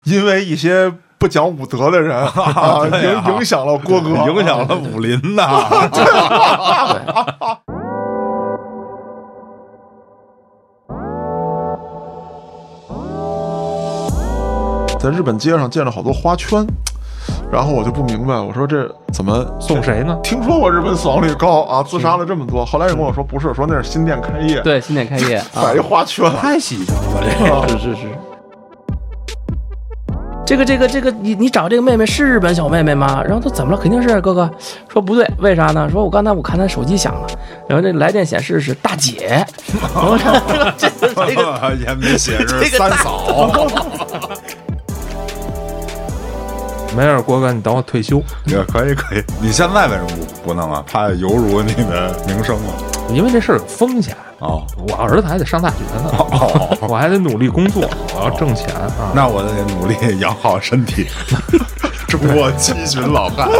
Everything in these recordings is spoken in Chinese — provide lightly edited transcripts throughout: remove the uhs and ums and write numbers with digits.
因为一些不讲武德的人影响了郭哥， 影响了武林呐。 在日本街上见了好多花圈，然后我就不明白，我说这怎么送谁呢？ 听说过日本死亡率高啊，自杀了这么多，后来人跟我说不是，说那是新店开业， 对，新店开业摆一花圈， 太喜庆了，这是。这个，你找这个妹妹是日本小妹妹吗？然后他怎么了？肯定是哥哥。说不对，为啥呢？说我刚才我看他手机响了，然后这来电显示是大姐。这个也没写是三嫂。 没事，郭哥，你等我退休也可以。你现在为什么不弄啊？怕有辱你的名声了。 因为这事儿有风险哦， 我儿子还得上大学呢，我还得努力工作，我要挣钱啊。 那我得努力养好身体。中国七旬老汉。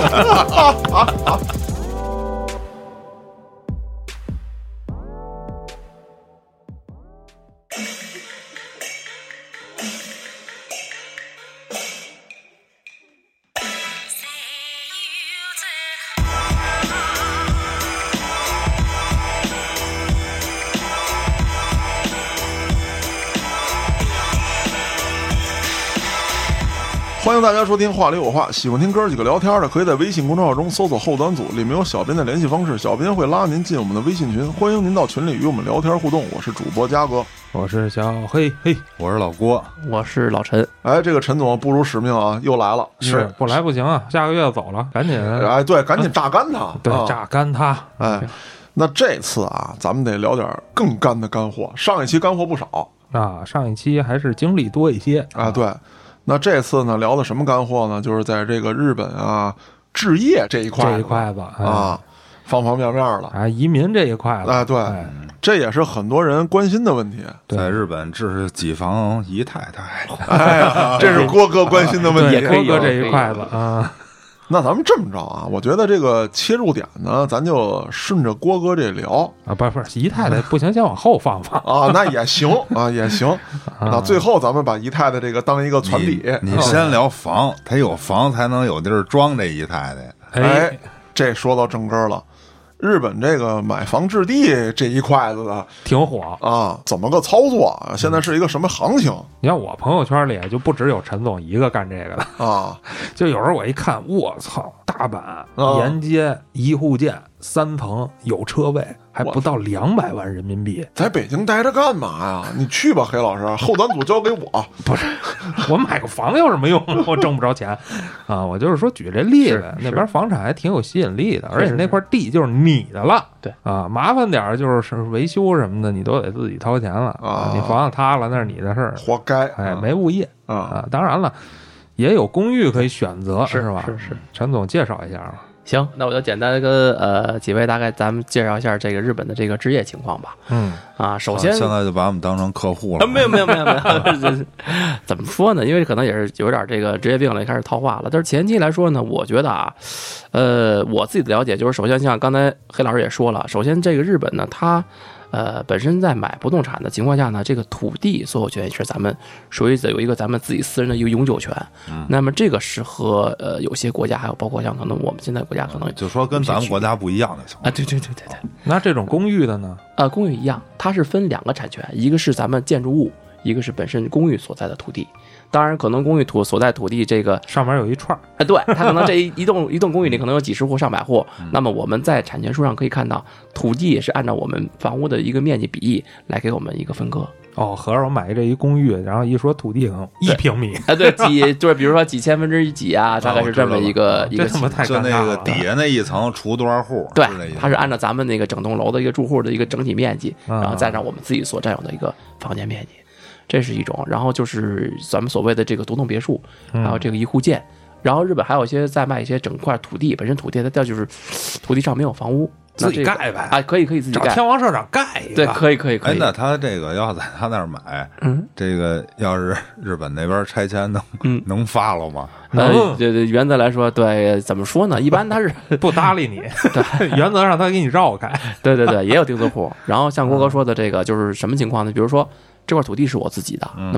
欢迎大家收听话里有话，喜欢听哥几个聊天的可以在微信公众号中搜索后端组，里面有小编的联系方式，小编会拉您进我们的微信群，欢迎您到群里与我们聊天互动。我是主播嘉哥， 我是小黑， 我是老郭， 我是老陈。 哎，这个陈总不辱使命啊，又来了， 是不来不行啊，下个月走了，赶紧哎，对，赶紧榨干他， 对，榨干他。 哎，那这次啊，咱们得聊点更干的干货，上一期干货不少啊，上一期还是经历多一些啊，对。那这次呢，聊的什么干货呢？就是在这个日本啊，置业这一块子啊，方方面面了啊，移民这一块子， 哎，对，这也是很多人关心的问题。 在日本置几房姨太太， 哎，这是郭哥关心的问题。 郭哥这一块子啊。 那咱们这么着啊，我觉得这个切入点呢，咱就顺着郭哥这聊啊，不是姨太太不行，先往后放啊，那也行啊，也行。那最后咱们把姨太太这个当一个传底， 你先聊房，他有房才能有地儿装这姨太太。哎，这说到正根了。日本这个买房置地这一块子的挺火啊，怎么个操作啊？现在是一个什么行情？ 你看我朋友圈里就不只有陈总一个干这个的啊， 就有时候我一看，我操，大阪沿街一户建3层有车位，还不到200万人民币。 在北京待着干嘛呀？你去吧，黑老师，后端组交给我。 不是，我买个房有什么用？我挣不着钱啊！我就是说举这例子，那边房产还挺有吸引力的，而且那块地就是你的了。 对啊，麻烦点就是维修什么的，你都得自己掏钱了啊！你房子塌了，那是你的事儿， 活该。 哎，没物业啊！当然了，也有公寓可以选择，是吧？ 是。 陈总介绍一下吧。 行，那我就简单跟几位大概咱们介绍一下这个日本的这个置业情况吧。首先现在就把我们当成客户了。 没有，怎么说呢？因为可能也是有点这个职业病了，开始套话了。但是前期来说呢，我觉得啊，我自己的了解就是，首先像刚才黑老师也说了，首先这个日本呢，它本身在买不动产的情况下呢，这个土地所有权是咱们属于有一个咱们自己私人的一个永久权。那么这个是和有些国家，还有包括像可能我们现在国家可能就说跟咱们国家不一样的情况啊，对。 那这种公寓的呢？ 公寓一样，它是分2个产权，一个是咱们建筑物，一个是本身公寓所在的土地。当然，可能公寓所在土地这个上面有一串对，它可能这一栋公寓里可能有几十户、上百户。那么我们在产权书上可以看到，土地也是按照我们房屋的一个面积比例来给我们一个分割。 哦，合着我买这一公寓，然后一说土地可能1平米， 对，就是比如说几千分之几啊，大概是这么一个这他妈太尴尬了。 就那个底下那一层除多少户？ 对，它是按照咱们那个整栋楼的一个住户的一个整体面积，然后再让我们自己所占有的一个房间面积。这是一种，然后就是咱们所谓的这个独栋别墅，还有这个一户建，然后日本还有一些在卖一些整块土地，本身土地它就是土地上没有房屋， 自己盖呗啊，可以自己盖， 找天王社长盖一个， 对，可以。 哎，那他这个要在他那儿买，这个要是日本那边拆迁能发了吗？ 对，原则来说，对，怎么说呢？一般他是不搭理你，对，原则上他给你绕开， 对，也有钉子户。然后像郭哥说的这个就是什么情况呢？比如说这块土地是我自己的，那么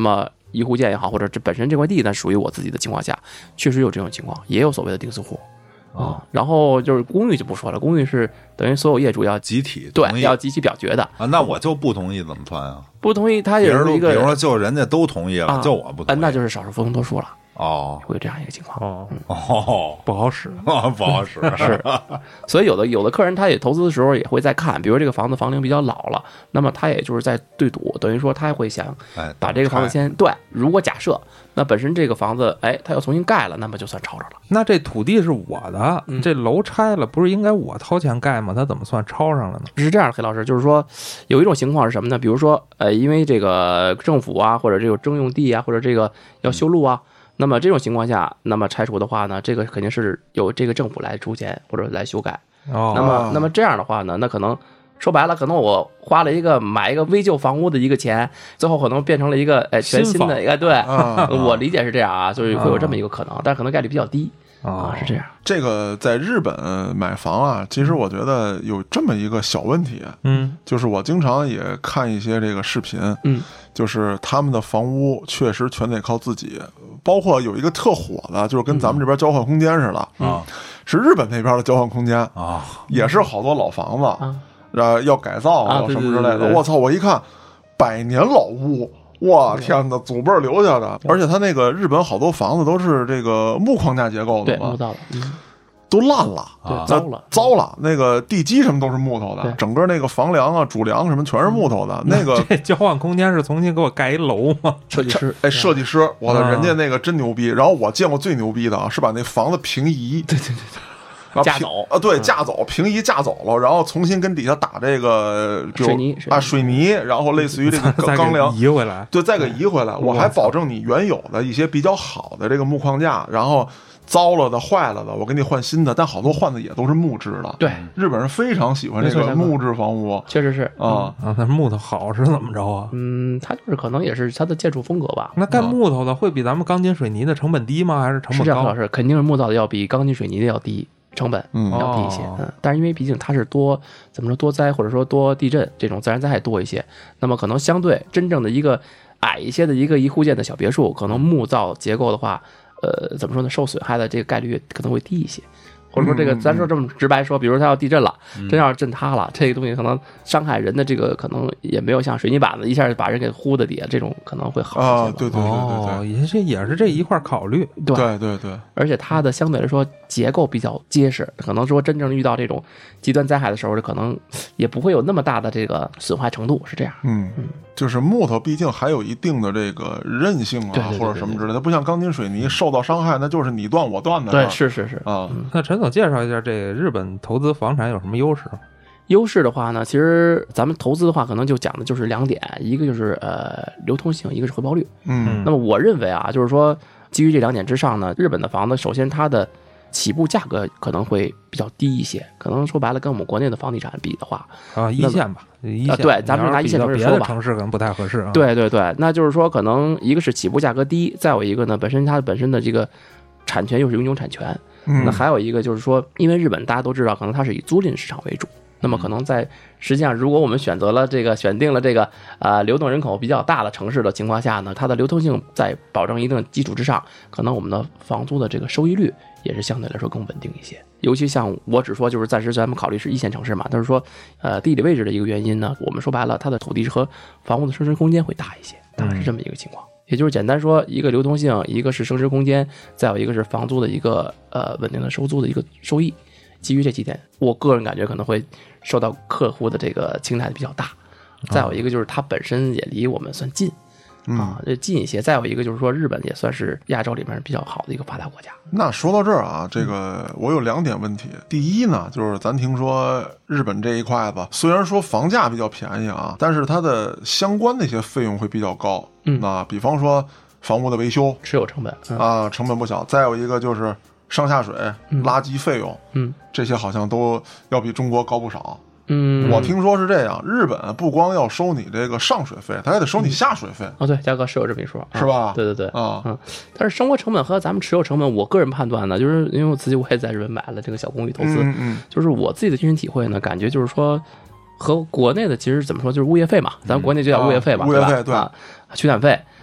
一户建也好，或者这本身这块地呢属于我自己的情况下，确实有这种情况，也有所谓的钉死户啊。然后就是公寓就不说了，公寓是等于所有业主要集体同意， 对，要集体表决的啊。那我就不同意怎么算啊？ 不同意，他也是一个， 比如说就人家都同意了，就我不同意， 那就是少数服从多数了。 哦， 会有这样一个情况。 不好使， 不好使是。所以有的客人他也投资的时候也会再看，比如这个房子房龄比较老了，那么他也就是在对赌，等于说他会想把这个房子先对。如果假设那本身这个房子他要重新盖了，那么就算抄着了。 那这土地是我的，这楼拆了不是应该我掏钱盖吗？他怎么算抄上了呢？ 是这样的，黑老师，就是说有一种情况是什么呢？比如说因为这个政府啊，或者这个征用地啊，或者这个要修路啊。那么这种情况下，那么拆除的话呢，这个肯定是由这个政府来出钱或者来修改。那么这样的话呢，那可能说白了，可能我花了一个买一个危旧房屋的一个钱，最后可能变成了一个全新的一个。对，我理解是这样啊，就是会有这么一个可能，但可能概率比较低。是这样。 这个在日本买房啊，其实我觉得有这么一个小问题，就是我经常也看一些这个视频，就是他们的房屋确实全得靠自己，包括有一个特火的，就是跟咱们这边交换空间似的是日本那边的交换空间啊，也是好多老房子要改造要什么之类的。我操！我一看100年老屋。哇天哪，祖辈留下的，而且他那个日本好多房子都是这个木框架结构的嘛， 木造的， 都烂了，糟了，那个地基什么都是木头的，整个那个房梁啊、主梁什么全是木头的。那个这交换空间是重新给我盖一楼吗？ 设计师， 设计师，我的人家那个真牛逼。然后我见过最牛逼的啊，是把那房子平移， 对。架走对，架走，平移架走了，然后重新跟底下打这个水泥，然后类似于这个钢梁移回来， 对，再给移回来。我还保证你原有的一些比较好的这个木框架，然后糟了的、坏了的，我给你换新的。但好多换的也都是木质的。 对， 日本人非常喜欢这个木质房屋， 确实是那木头好是怎么着啊？ 它就是可能也是它的建筑风格吧。 那盖木头的会比咱们钢筋水泥的成本低吗？还是成本高？ 是肯定是木造的要比钢筋水泥的要低。成本要低一些，但是因为毕竟它是多灾或者说多地震这种自然灾害多一些，那么可能相对真正的一个矮一些的一个一户建的小别墅，可能木造结构的话，怎么说呢，受损害的这个概率可能会低一些。或者说这个咱说这么直白说，比如它要地震了，真要是震塌了，这个东西可能伤害人的这个可能也没有像水泥板子一下就把人给呼的底下这种可能会好一些。 对， 也是这一块考虑。 对， 而且它的相对来说结构比较结实，可能说真正遇到这种极端灾害的时候，可能也不会有那么大的这个损坏程度，是这样。 就是木头毕竟还有一定的这个韧性啊，或者什么之类的，它不像钢筋水泥受到伤害那就是你断我断的。 对，是啊。 那陈总介绍一下这个日本投资房产有什么优势？ 优势的话呢，其实咱们投资的话，可能就讲的就是2点，一个就是流通性，一个是回报率。那么我认为啊，就是说基于这2点之上呢，日本的房子首先它的起步价格可能会比较低一些，可能说白了跟我们国内的房地产比的话一线吧， 对，咱们拿一线城市说吧， 别的城市可能不太合适啊。 对，那就是说可能一个是起步价格低，再有一个呢，它本身的这个产权又是永久产权。那还有一个就是说，因为日本大家都知道，可能它是以租赁市场为主。那么可能在实际上，如果我们选定了这个流动人口比较大的城市的情况下呢，它的流通性在保证一定的基础之上，可能我们的房租的这个收益率也是相对来说更稳定一些。尤其像我只说就是暂时咱们考虑是1线城市嘛，但是说地理位置的一个原因呢，我们说白了，它的土地和房屋的升值空间会大一些，大概是这么一个情况。也就是简单说，一个流通性，一个是升值空间，再有一个是房租的一个稳定的收租的一个收益。基于这几点，我个人感觉可能会受到客户的这个青睐比较大。再有一个就是它本身也离我们算近近一些。再有一个就是说，日本也算是亚洲里面比较好的一个发达国家。 那说到这儿啊，这个我有2点问题。第一呢，就是咱听说日本这一块子，虽然说房价比较便宜啊，但是它的相关的一些费用会比较高。那比方说房屋的维修、 持有成本成本不小。再有一个就是上下水、垃圾费用，这些好像都要比中国高不少。我听说是这样，日本不光要收你这个上水费，他还得收你下水费。 对，嘉哥是有这么一说， 是吧？ 对但是生活成本和咱们持有成本，我个人判断呢，就是因为我自己我也在日本买了这个小公寓投资，就是我自己的亲身体会呢，感觉就是说和国内的其实怎么说，就是物业费嘛，咱们国内就叫物业费嘛， 物业费对， 取暖费。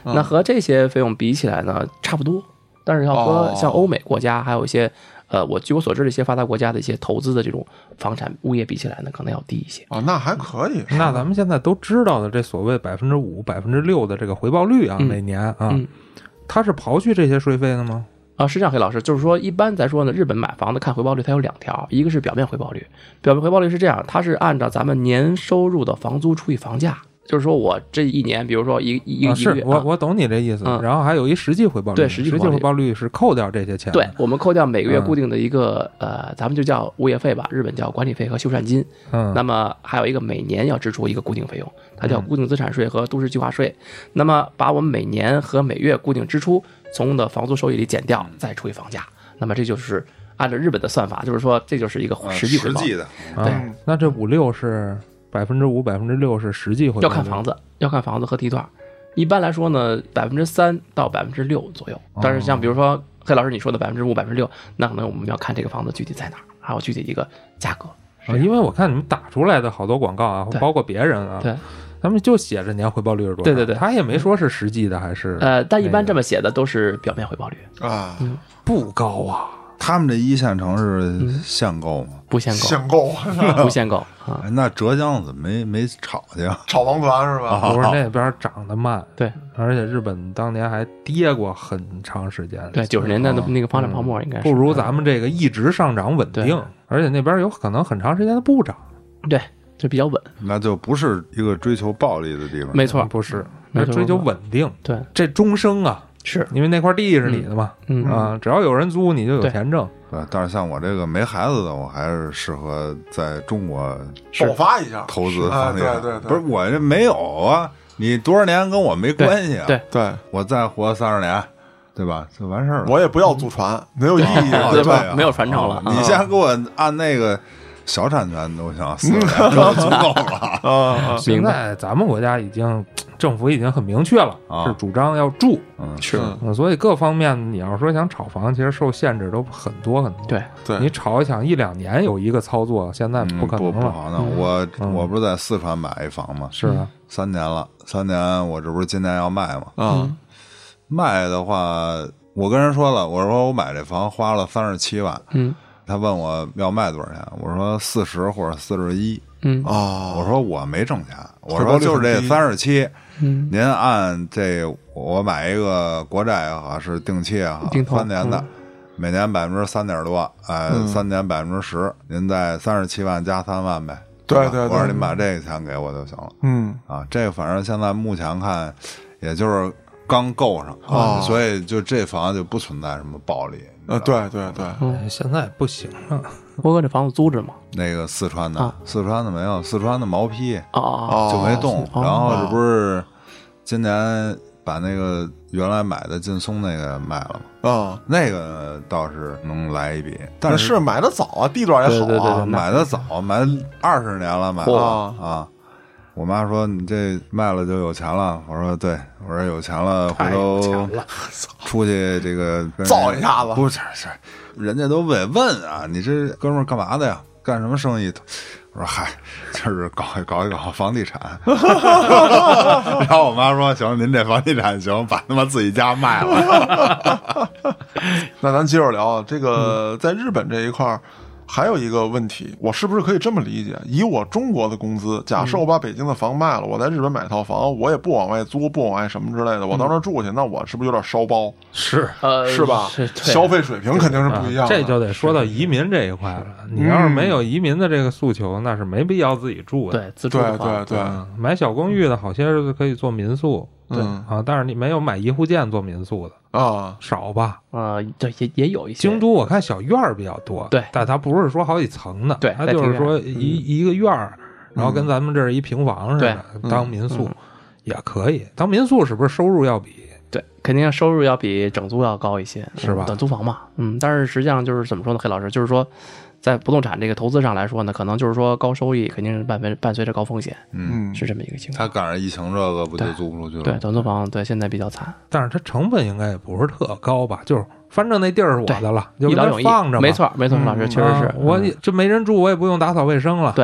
那和这些费用比起来呢，差不多。但是要和像欧美国家，还有一些据我所知的一些发达国家的一些投资的这种房产物业比起来呢，可能要低一些。 那还可以。 那咱们现在都知道的这所谓5%、6%的这个回报率啊，每年啊，它是刨去这些税费的吗？ 是这样，黑老师，就是说一般来说呢，日本买房子看回报率它有2条，一个是表面回报率，表面回报率是这样，它是按照咱们年收入的房租除以房价。就是说我这一年，比如说一个月， 我懂你这意思。然后还有一实际回报率， 对，实际回报率是扣掉这些钱。 对，我们扣掉每个月固定的一个咱们就叫物业费吧，日本叫管理费和修缮金。那么还有一个每年要支出一个固定费用，它叫固定资产税和都市计划税。那么把我们每年和每月固定支出从的房租收益里减掉，再除以房价。那么这就是按照日本的算法，就是说这就是一个实际回报。 实际的。 对， 那这5、6是。5%、6%是实际回报， 要看房子和地段。一般来说呢，3%到6%左右。但是像比如说黑老师你说的5%、6%，那可能我们要看这个房子具体在哪儿，还有具体一个价格。 因为我看你们打出来的好多广告啊，包括别人啊， 对， 他们就写着年回报率是多少。 对， 他也没说是实际的还是但一般这么写的都是表面回报率啊， 不高啊。 他们这一线城市限购吗？ 不限购， 限购不限购啊。 那浙江怎么没炒去？ 炒房团是吧？ 不是那边涨得慢， 对， 而且日本当年还跌过很长时间。 对，90年代的那个房产泡沫应该是不如咱们这个一直上涨稳定，而且那边有可能很长时间的不涨。 对，就比较稳。 那就不是一个追求暴利的地方。 没错， 不是，那追求稳定。 对， 这终生啊。 是因为那块地是你的嘛，只要有人租，你就有钱挣。 对，但是像我这个没孩子的，我还是适合在中国爆发一下投资房地产。 对， 不是我这没有啊，你多少年跟我没关系啊。 对， 我再活30年，对吧？就完事儿了。 我也不要祖传，没有意义， 对吧？ 没有传承了。 你现在给我按那个。小产权都行，4年就足够了。 现在咱们国家政府已经很明确了，是主张要住， 是， 所以各方面你要说想炒房，其实受限制都很多很多。 对， 你炒想1、2年有一个操作，现在不可能了。 不好弄。我不是在四川买一房吗？ 是啊 ，3年了，3年我这不是今年要卖吗？卖的话，我跟人说了，我说我买这房花了37万。他问我要卖多少钱，我说40或者41。我说我没挣钱，我说就是这37。您按这我买一个国债也好，是定期也好，3年的，每年3.多%，哎，3年10%，您在37万加3万呗。 对， 我说您把这个钱给我就行了。这个反正现在目前看，也就是刚够上所以就这房就不存在什么暴利。 对， 现在不行了。 波哥这房子租着吗？ 那个四川的没有，四川的毛坯就没动。然后这不是今年把那个原来买的劲松那个卖了吗？那个倒是能来一笔，但是买的早啊，地段也好啊， 买的早，买20年了，买啊。我妈说你这卖了就有钱了，我说对，我说有钱了，回头出去这个造一下子， 不是，人家都得问啊，你这哥们儿干嘛的呀？干什么生意？我说嗨，就是搞一搞房地产。然后我妈说行，您这房地产行，把他妈自己家卖了。 那咱接着聊这个，在日本这一块还有一个问题，我是不是可以这么理解？以我中国的工资，假设我把北京的房卖了，我在日本买套房，我也不往外租，不往外什么之类的，我到那儿住去，那我是不是有点烧包？ 是吧？消费水平肯定是不一样的。 这就得说到移民这一块了。你要是没有移民的这个诉求，那是没必要自己住的。 对，自住的话， 对， 买小公寓的好些是可以做民宿。但是你没有买一户建做民宿的少吧？ 对，也有一些。 京都我看小院儿比较多， 对， 但它不是说好几层的， 对， 它就是说一个院儿，然后跟咱们这儿一平房似的当民宿也可以。当民宿是不是收入要比？ 对，肯定收入要比整租要高一些， 是吧？ 短租房嘛，但是实际上就是怎么说呢，黑老师，就是说。在不动产这个投资上来说呢，可能就是说高收益肯定是伴随着高风险，是这么一个情况。 他赶上疫情这个不就租不出去了？ 对，短租房对现在比较惨， 但是它成本应该也不是特高吧？就是反正那地儿是我的了， 一劳永逸， 放着， 没错，老师确实是， 我这没人住，我也不用打扫卫生了， 对。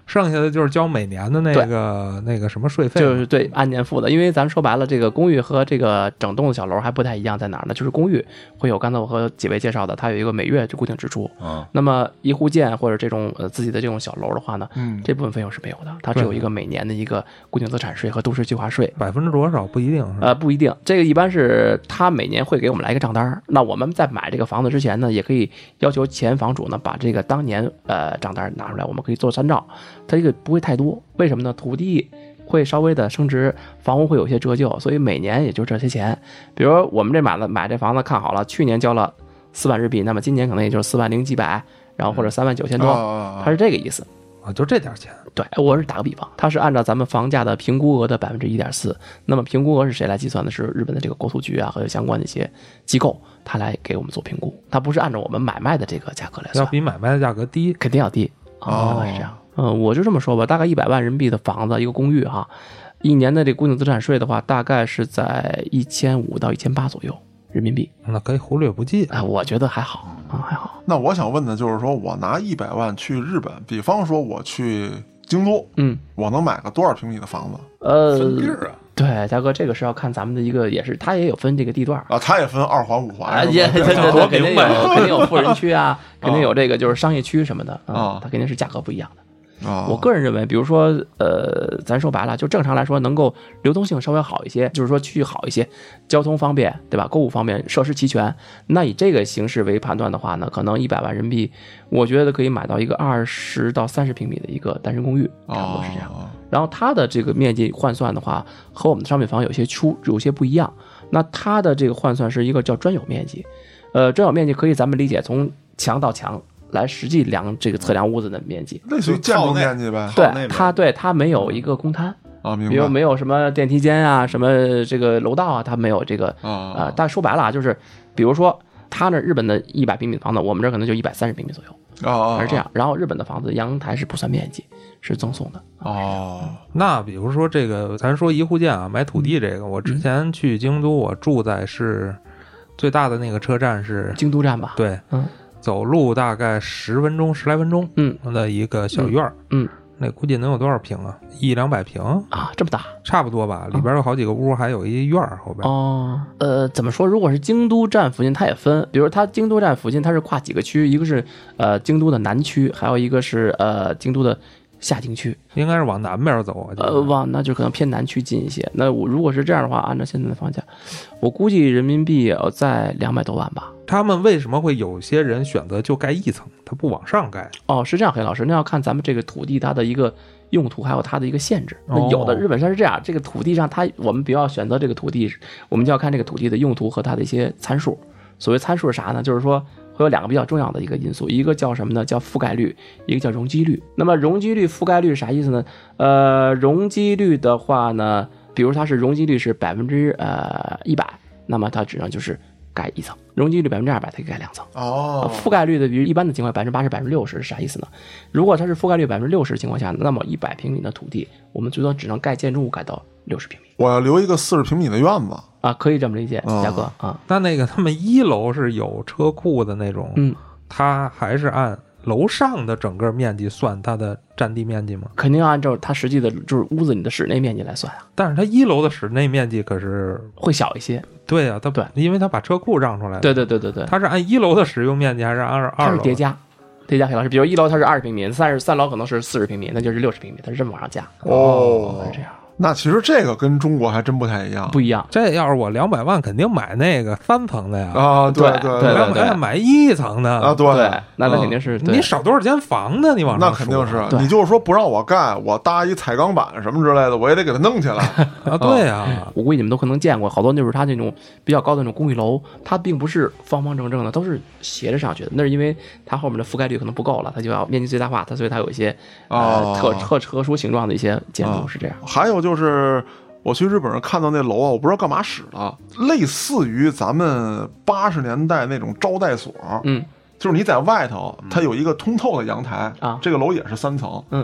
剩下的就是交每年的那个什么税费， 就是对按年付的。因为咱们说白了，这个公寓和这个整栋的小楼还不太一样，在哪儿呢？就是公寓会有刚才我和几位介绍的，它有一个每月就固定支出。那么一户建或者这种自己的这种小楼的话呢，这部分费用是没有的，它只有一个每年的一个固定资产税和都市计划税， 多少不一定不一定。这个一般是他每年会给我们来一个账单，那我们在买这个房子之前呢，也可以要求前房主呢把这个当年账单拿出来，我们可以做参照。它这个不会太多，为什么呢？土地会稍微的升值，房屋会有些折旧，所以每年也就这些钱。比如我们这买这房子看好了，去年交了4万日币，那么今年可能也就是4万0几百，然后或者3万9千多，它是这个意思。 就这点钱。 对，我是打个比方，它是按照咱们房价的评估额的1.4%，那么评估额是谁来计算的？是日本的这个国土局啊和相关的一些机构，它来给我们做评估，它不是按照我们买卖的这个价格来算， 要比买卖的价格低， 肯定要低。是这样。我就这么说吧，大概100万人民币的房子，一个公寓哈，一年的这固定资产税的话，大概是在1500到1800左右人民币。 那可以忽略不计。 我觉得还好还好。 那我想问的就是说，我拿100万去日本，比方说我去京都，我能买个多少平米的房子？ 分地儿啊。 对，大哥，这个是要看咱们的一个，也是它也有分这个地段啊，它也分2环5环， 也对，肯定有富人区啊，肯定有这个就是商业区什么的啊，它肯定是价格不一样的。我个人认为，比如说，咱说白了，就正常来说，能够流通性稍微好一些，就是说区域好一些，交通方便，对吧？购物方便，设施齐全。那以这个形式为判断的话呢，可能100万人民币，我觉得可以买到一个20到30平米的一个单身公寓，差不多是这样。然后它的这个面积换算的话，和我们的商品房有些不一样。那它的这个换算是一个叫专有面积，专有面积可以咱们理解从墙到墙。来实际这个测量屋子的面积， 类似于建筑面积呗。 对，它没有一个公摊啊，明白。 比如没有什么电梯间啊，什么这个楼道啊，它没有这个但说白了啊，就是比如说它那日本的100平米的房子，我们这可能就130平米左右是这样。然后日本的房子阳台是不算面积，是赠送的。 那比如说这个，咱说一户建啊，买土地这个，我之前去京都，我住在是最大的那个车站是京都站吧？ 对，走路大概10来分钟，的一个小院儿，那估计能有多少平啊？100-200平啊，这么大， 差不多吧。里边有好几个屋，还有一院儿后边。怎么说？如果是京都站附近，它也分，比如它京都站附近，它是跨几个区，一个是京都的南区，还有一个是京都的下京区， 应该是往南边走那就可能偏南区近一些。那如果是这样的话，按照现在的房价，我估计人民币也要在200多万吧。 他们为什么会有些人选择就盖一层，他不往上盖？ 是这样，黑老师，那要看咱们这个土地它的一个用途，还有它的一个限制。那有的日本它是这样，这个土地上我们比较选择这个土地，我们就要看这个土地的用途和它的一些参数。所谓参数是啥呢？就是说会有2个比较重要的一个因素，一个叫什么呢？叫覆盖率，一个叫容积率。那么容积率、覆盖率是啥意思呢？容积率的话呢，比如它是容积率是100%，那么它只能就是盖一层，容积率200%，它可以盖2层。覆盖率的，比如一般的情况80%、60%是啥意思呢？如果它是覆盖率60%的情况下，那么100平米的土地，我们最多只能盖建筑物盖到60平米。 我要留一个40平米的院子啊，可以这么理解，嘉哥啊。 那个他们1楼是有车库的那种，它还是按楼上的整个面积算它的占地面积吗？肯定按照它实际的就是屋子里的室内面积来算啊。 但是它1楼的室内面积可是会小一些。 对啊，它因为它把车库让出来了。 对， 它是按1楼的使用面积还是按2楼？ 它是叠加，黑老师，比如1楼它是20平米，3楼可能是40平米，那就是60平米，它是这么往上加。是这样。 那其实这个跟中国还真不太一样， 不一样。 这要是我200万，肯定买那个3层的呀。 对 ，200万买1层的啊，对， 那肯定是你少多少间房呢？你往上那肯定是，你就是说不让我盖，我搭一彩钢板什么之类的，我也得给它弄起来啊。对啊， 我估计你们都可能见过，好多就是它那种比较高的那种公寓楼，它并不是方方正正的，都是斜着上去的。那是因为它后面的覆盖率可能不够了，它就要面积最大化，所以它有一些特殊形状的一些建筑是这样。 还有就是我去日本人看到那楼啊，我不知道干嘛使的，类似于咱们80年代那种招待所，就是你在外头它有一个通透的阳台啊，这个楼也是3层，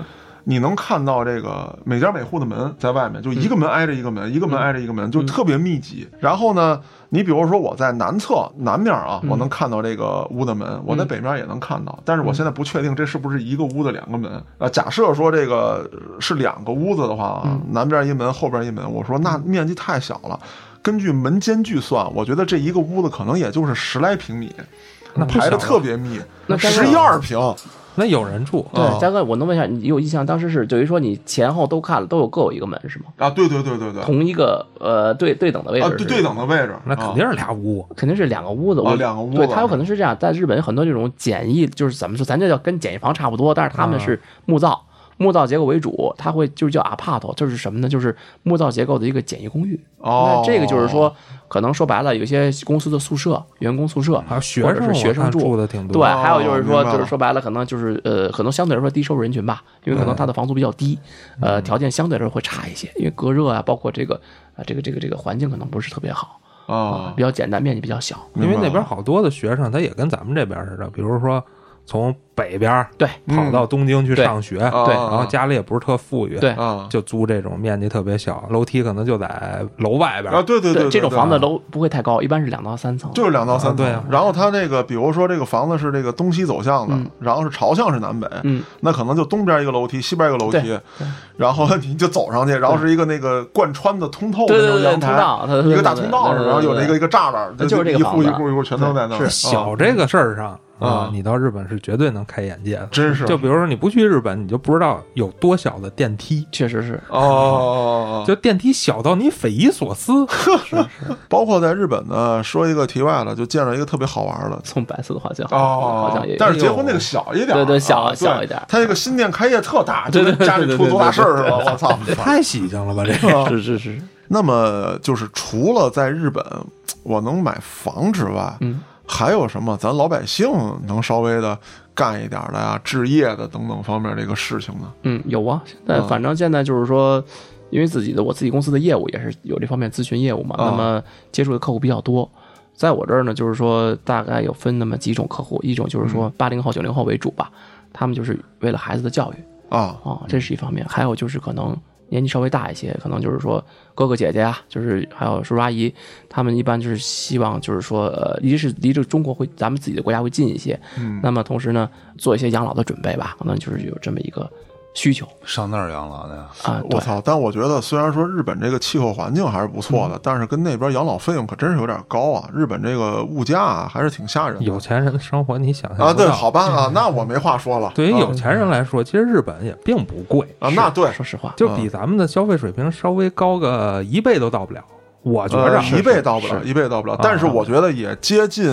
你能看到这个每家每户的门在外面，就一个门挨着一个门，一个门挨着一个门，就特别密集。然后呢，你比如说我在南侧南面啊，我能看到这个屋的门，我在北面也能看到，但是我现在不确定这是不是一个屋的2个门啊。假设说这个是2个屋子的话，南边一门，后边一门，我说那面积太小了。根据门间距算，我觉得这一个屋子可能也就是10来平米，排的特别密， 那 12平。 那有人住。 对，嘉哥，我能问一下，你有印象当时是等于说你前后都看了，都各有一个门是吗？ 啊，对， 同一个对等的位置。 对等的位置， 那肯定是俩屋， 肯定是2个屋子。 2个屋子。 对，它有可能是这样，在日本很多这种简易，就是怎么说，咱这叫跟简易房差不多，但是他们是木造结构为主，它会就是叫 apart， 就是什么呢？就是木造结构的一个简易公寓。那这个就是说，可能说白了，有一些公司的宿舍、员工宿舍， 还有学生住的挺多。 对，还有就是说，就是说白了，可能就是可能相对来说低收入人群吧，因为可能他的房租比较低，条件相对来说会差一些，因为隔热啊，包括这个环境可能不是特别好比较简单，面积比较小。 因为那边好多的学生，他也跟咱们这边似的，比如说从北边对跑到东京去上学， 对， 然后家里也不是特富裕， 对， 就租这种面积特别小，楼梯可能就在楼外边啊，对， 这种房子楼不会太高，一般是2到3层， 就是2到3层。 对， 然后它这个，比如说这个房子是这个东西走向的，然后是朝向是南北，那可能就东边一个楼梯，西边一个楼梯，然后你就走上去，然后是一个那个贯穿的通透的那种阳台，一个大通道，然后有那个一个栅栏， 就是这个房子， 一户全都在那。 是小这个事儿上。你到日本是绝对能开眼界的， 真是。 就比如说你不去日本，你就不知道有多小的电梯， 确实是就电梯小到你匪夷所思。 是。包括在日本呢，说一个题外的，就见着一个特别好玩的， 从百色好像也， 但是结婚那个小一点， 对，小一点。 他那个新店开业特大，就跟家里出多大事儿似的，我操， 太喜庆了吧这个。 是。 那么就是除了在日本我能买房之外，还有什么咱老百姓能稍微的干一点的呀，置业的等等方面这个事情呢？ 有啊。反正现在就是说，因为我自己公司的业务也是有这方面咨询业务嘛，那么接触的客户比较多。在我这儿呢，就是说大概有分那么几种客户，一种就是说80后、90后为主吧，他们就是为了孩子的教育这是一方面。还有就是可能年纪稍微大一些，可能就是说哥哥姐姐啊，就是还有叔叔阿姨，他们一般就是希望就是说一是离着中国会咱们自己的国家会近一些，那么同时呢做一些养老的准备吧，可能就是有这么一个需求。 上那儿养老的呀？我操！但我觉得虽然说日本这个气候环境还是不错的，但是跟那边养老费用可真是有点高啊！日本这个物价还是挺吓人的。 有钱人的生活你想象不到对，好吧那我没话说了。 对于有钱人来说，其实日本也并不贵那对， 说实话， 就比咱们的消费水平稍微高个1倍都到不了。我觉着 1倍到不了，1倍到不了，但是我觉得也接近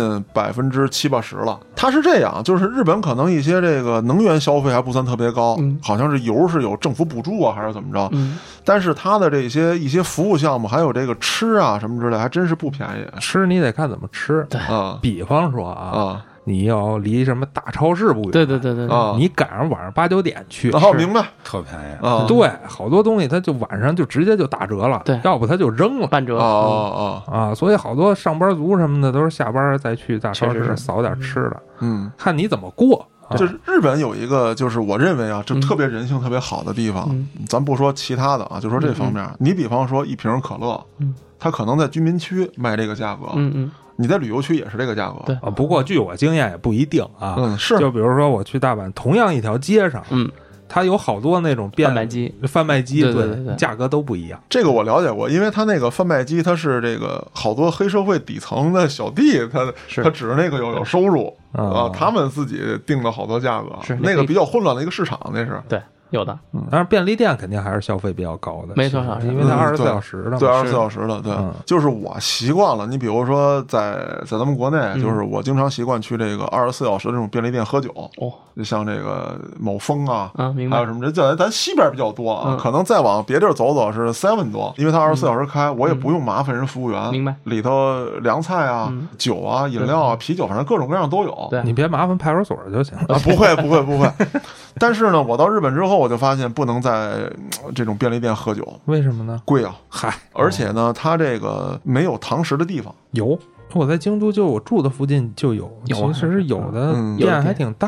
70%-80%了。它是这样，就是日本可能一些这个能源消费还不算特别高，好像是油是有政府补助啊，还是怎么着？但是它的一些服务项目，还有这个吃啊什么之类，还真是不便宜。 吃你得看怎么吃，比方说你要离什么大超市不远， 对， 你赶上晚上8、9点去， 明白， 特便宜对，好多东西它就晚上就直接就打折了， 对， 要不它就扔了， 半折所以好多上班族什么的都是下班再去大超市扫点吃的，看你怎么过。 就是日本有一个，就是我认为就特别人性特别好的地方，咱不说其他的就说这方面，你比方说一瓶可乐，它可能在居民区卖这个价格，你在旅游区也是这个价格。 对不过据我经验也不一定是。 就比如说我去大阪，同样一条街上，它有好多那种贩卖机，对，价格都不一样。 这个我了解过，因为它那个贩卖机，它是这个好多黑社会底层的小弟，他指着那个有收入他们自己定的好多价格， 是那个比较混乱的一个市场，那是对。有的， 但是便利店肯定还是消费比较高的， 没错， 因为它24小时的， 对，24小时的，对，就是我习惯了。你比如说在咱们国内，就是我经常习惯去这个24小时的这种便利店喝酒，就像这个某峰明白， 还有什么咱西边比较多可能再往别地儿走走是 Seven 多，因为它24小时开，我也不用麻烦人服务员， 明白， 里头凉菜酒饮料啤酒，反正各种各样都有。 你别麻烦派出所就行不会。但是呢，我到日本之后，我就发现不能在这种便利店喝酒。 为什么呢？ 贵啊！ 嗨， 而且呢，它这个没有堂食的地方。 有，我在京都，就我住的附近就有，其实有的店还挺大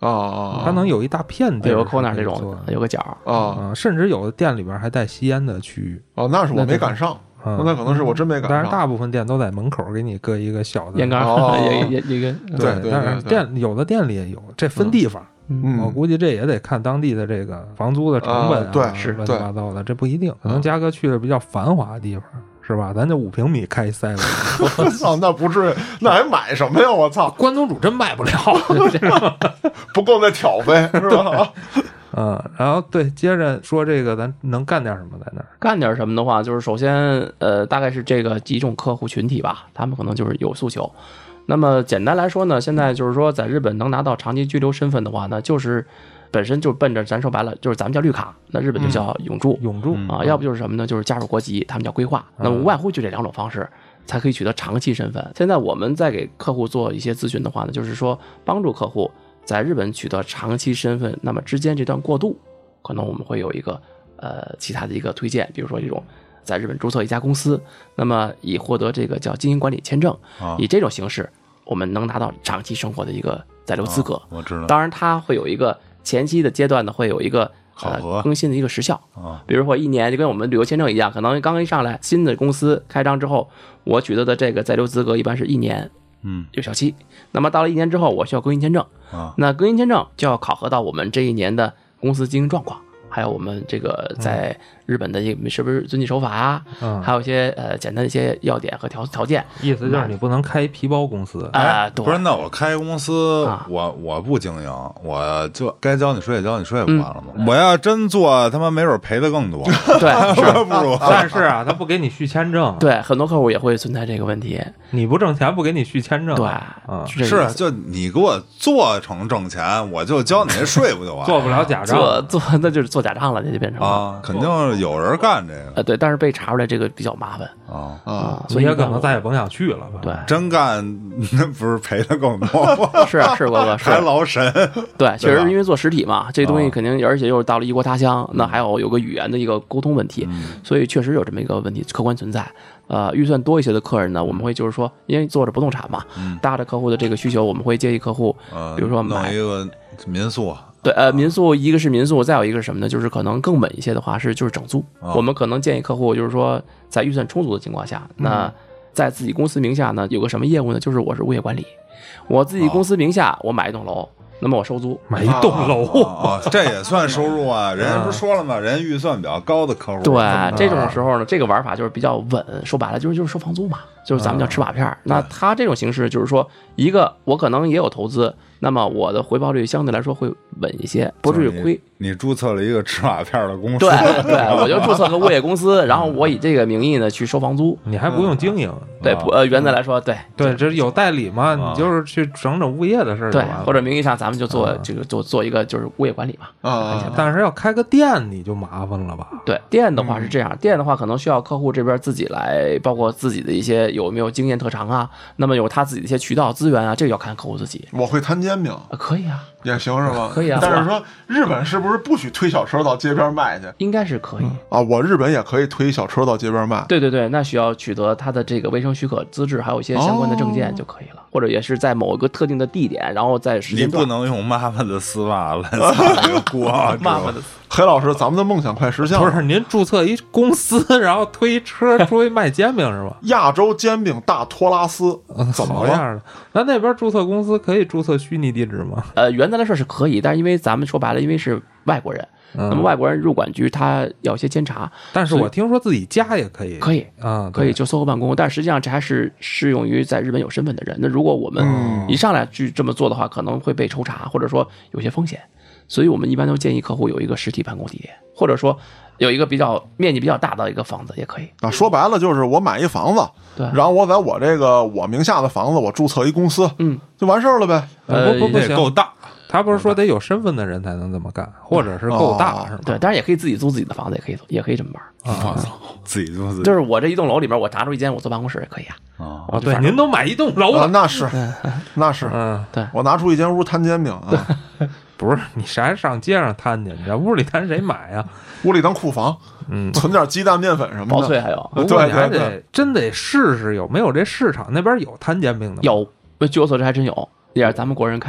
它能有一大片地， 有个 corner 这种，有个角甚至有的店里边还带吸烟的区域。 那是我没赶上。那可能是我真没赶上， 但是大部分店都在门口给你搁一个小的烟杆，一个对，但是店有的店里也有，这分地方。我估计这也得看当地的这个房租的成本对， 是乱七八糟的，这不一定。可能嘉哥去的比较繁华的地方，是吧？咱就5平米开7-Eleven， 我操，那不至于，那还买什么呀？我操， 关东煮真卖不了， 不够那挑费是吧？ 然后对，接着说这个，咱能干点什么在那儿？ 干点什么的话，就是首先，大概是这个几种客户群体吧，他们可能就是有诉求。那么简单来说呢，现在就是说，在日本能拿到长期居留身份的话呢，就是本身就奔着咱说白了，就是咱们叫绿卡，那日本就叫永住，要不就是什么呢？就是加入国籍，他们叫规划。那么无外乎就这2种方式，才可以取得长期身份。现在我们在给客户做一些咨询的话呢，就是说帮助客户在日本取得长期身份，那么之间这段过渡，可能我们会有一个其他的一个推荐，比如说这种在日本注册一家公司，那么以获得这个叫经营管理签证，以这种形式，我们能拿到长期生活的一个在留资格。 我知道， 当然它会有一个前期的阶段呢，会有一个更新的一个时效，比如说1年，就跟我们旅游签证一样，可能刚一上来新的公司开张之后，我取得的这个在留资格一般是1年。有效期。那么到了1年之后，我需要更新签证那更新签证就要考核到我们这1年的公司经营状况，还有我们这个在日本的是不是遵纪守法啊，还有一些简单的一些要点和条件。 意思就是你不能开皮包公司对， 不是？那我开公司，我不经营，我就该交你税不完了吗？我要真做，他妈没准赔的更多。 对，是不如。 但是啊，他不给你续签证。 对，很多客户也会存在这个问题。 你不挣钱，不给你续签证。 对， 是就你给我做成挣钱，我就交你那税不就完了？ 做不了假账， 那就是做假账了，这就变成肯定有人干这个。 对，但是被查出来这个比较麻烦所以也可能再也甭想去了吧？ 对， 真干那不是赔的更多吗？ 是郭哥， 还劳神。 对，确实因为做实体嘛，这东西肯定，而且又是到了异国他乡，那还有个语言的一个沟通问题，所以确实有这么一个问题客观存在。预算多一些的客人呢，我们会就是说，因为做着不动产嘛，搭着客户的这个需求，我们会建议客户，比如说弄一个民宿。 对，民宿一个是民宿，再有一个是什么呢？就是可能更稳一些的话就是整租。我们可能建议客户就是说，在预算充足的情况下，那在自己公司名下呢有个什么业务呢？就是我是物业管理，我自己公司名下我买一栋楼。那么我收租， 买一栋楼这也算收入啊！人家不是说了吗？人家预算比较高的客户， 对这种时候呢，这个玩法就是比较稳。说白了就是收房租嘛，就是咱们叫吃瓦片。那他这种形式就是说，一个我可能也有投资，那么我的回报率相对来说会稳一些，不至于亏。 你注册了一个吃瓦片的公司， 对，我就注册个物业公司，然后我以这个名义呢去收房租， 你还不用经营。 对，原则来说，对， 这有代理嘛，你就是去整物业的事儿， 对，或者名义上咱们就做这个做一个就是物业管理嘛。 但是要开个店你就麻烦了吧？ 对，店的话是这样，店的话可能需要客户这边自己来，包括自己的一些有没有经验特长啊，那么有他自己的一些渠道资源啊，这个要看客户自己。 我会摊煎饼， 可以啊， 也行是吧？ 可以啊。 但是说日本是不是不许推小车到街边卖去？ 应该是可以我日本也可以推小车到街边卖。 对，那需要取得他的这个卫生许可资质，还有一些相关的证件就可以了，或者也是在某一个特定的地点，然后在时间段。 你不能用妈妈的丝袜来擦这个锅， 妈妈的。 黑老师，咱们的梦想快实现了。 不是您注册一公司，然后推车出去卖煎饼是吧？ 亚洲煎饼大托拉斯怎么样的？那边注册公司可以注册虚拟地址吗？ 原则来说是可以，但是因为咱们说白了，因为是外国人，那么外国人入管局他要一些监察。 但是我听说自己家也可以， 可以可以就SOHO办公，但实际上这还是适用于在日本有身份的人。那如果我们一上来去这么做的话，可能会被抽查，或者说有些风险。所以我们一般都建议客户有一个实体办公地点，或者说有一个面积比较大的一个房子也可以。 说白了就是我买一房子， 对， 然后我在我名下的房子我注册一公司，就完事儿了呗。 不行， 够大。 他不是说得有身份的人才能这么干，或者是够大是吧？ 对，当然也可以自己租自己的房子，也可以这么玩。 自己租自己， 就是我这一栋楼里面，我拿出一间我做办公室也可以啊。对，您都买一栋楼了， 那是， 对， 我拿出一间屋摊煎饼啊。 不是你啥上街上摊去，你这屋里摊谁买呀？ 屋里当库房，存点鸡蛋、面粉什么的， 薄脆还有。 对， 还得真得试试有没有这市场，那边有摊煎饼的吗？ 有，据我所知还真有，也是咱们国人开的。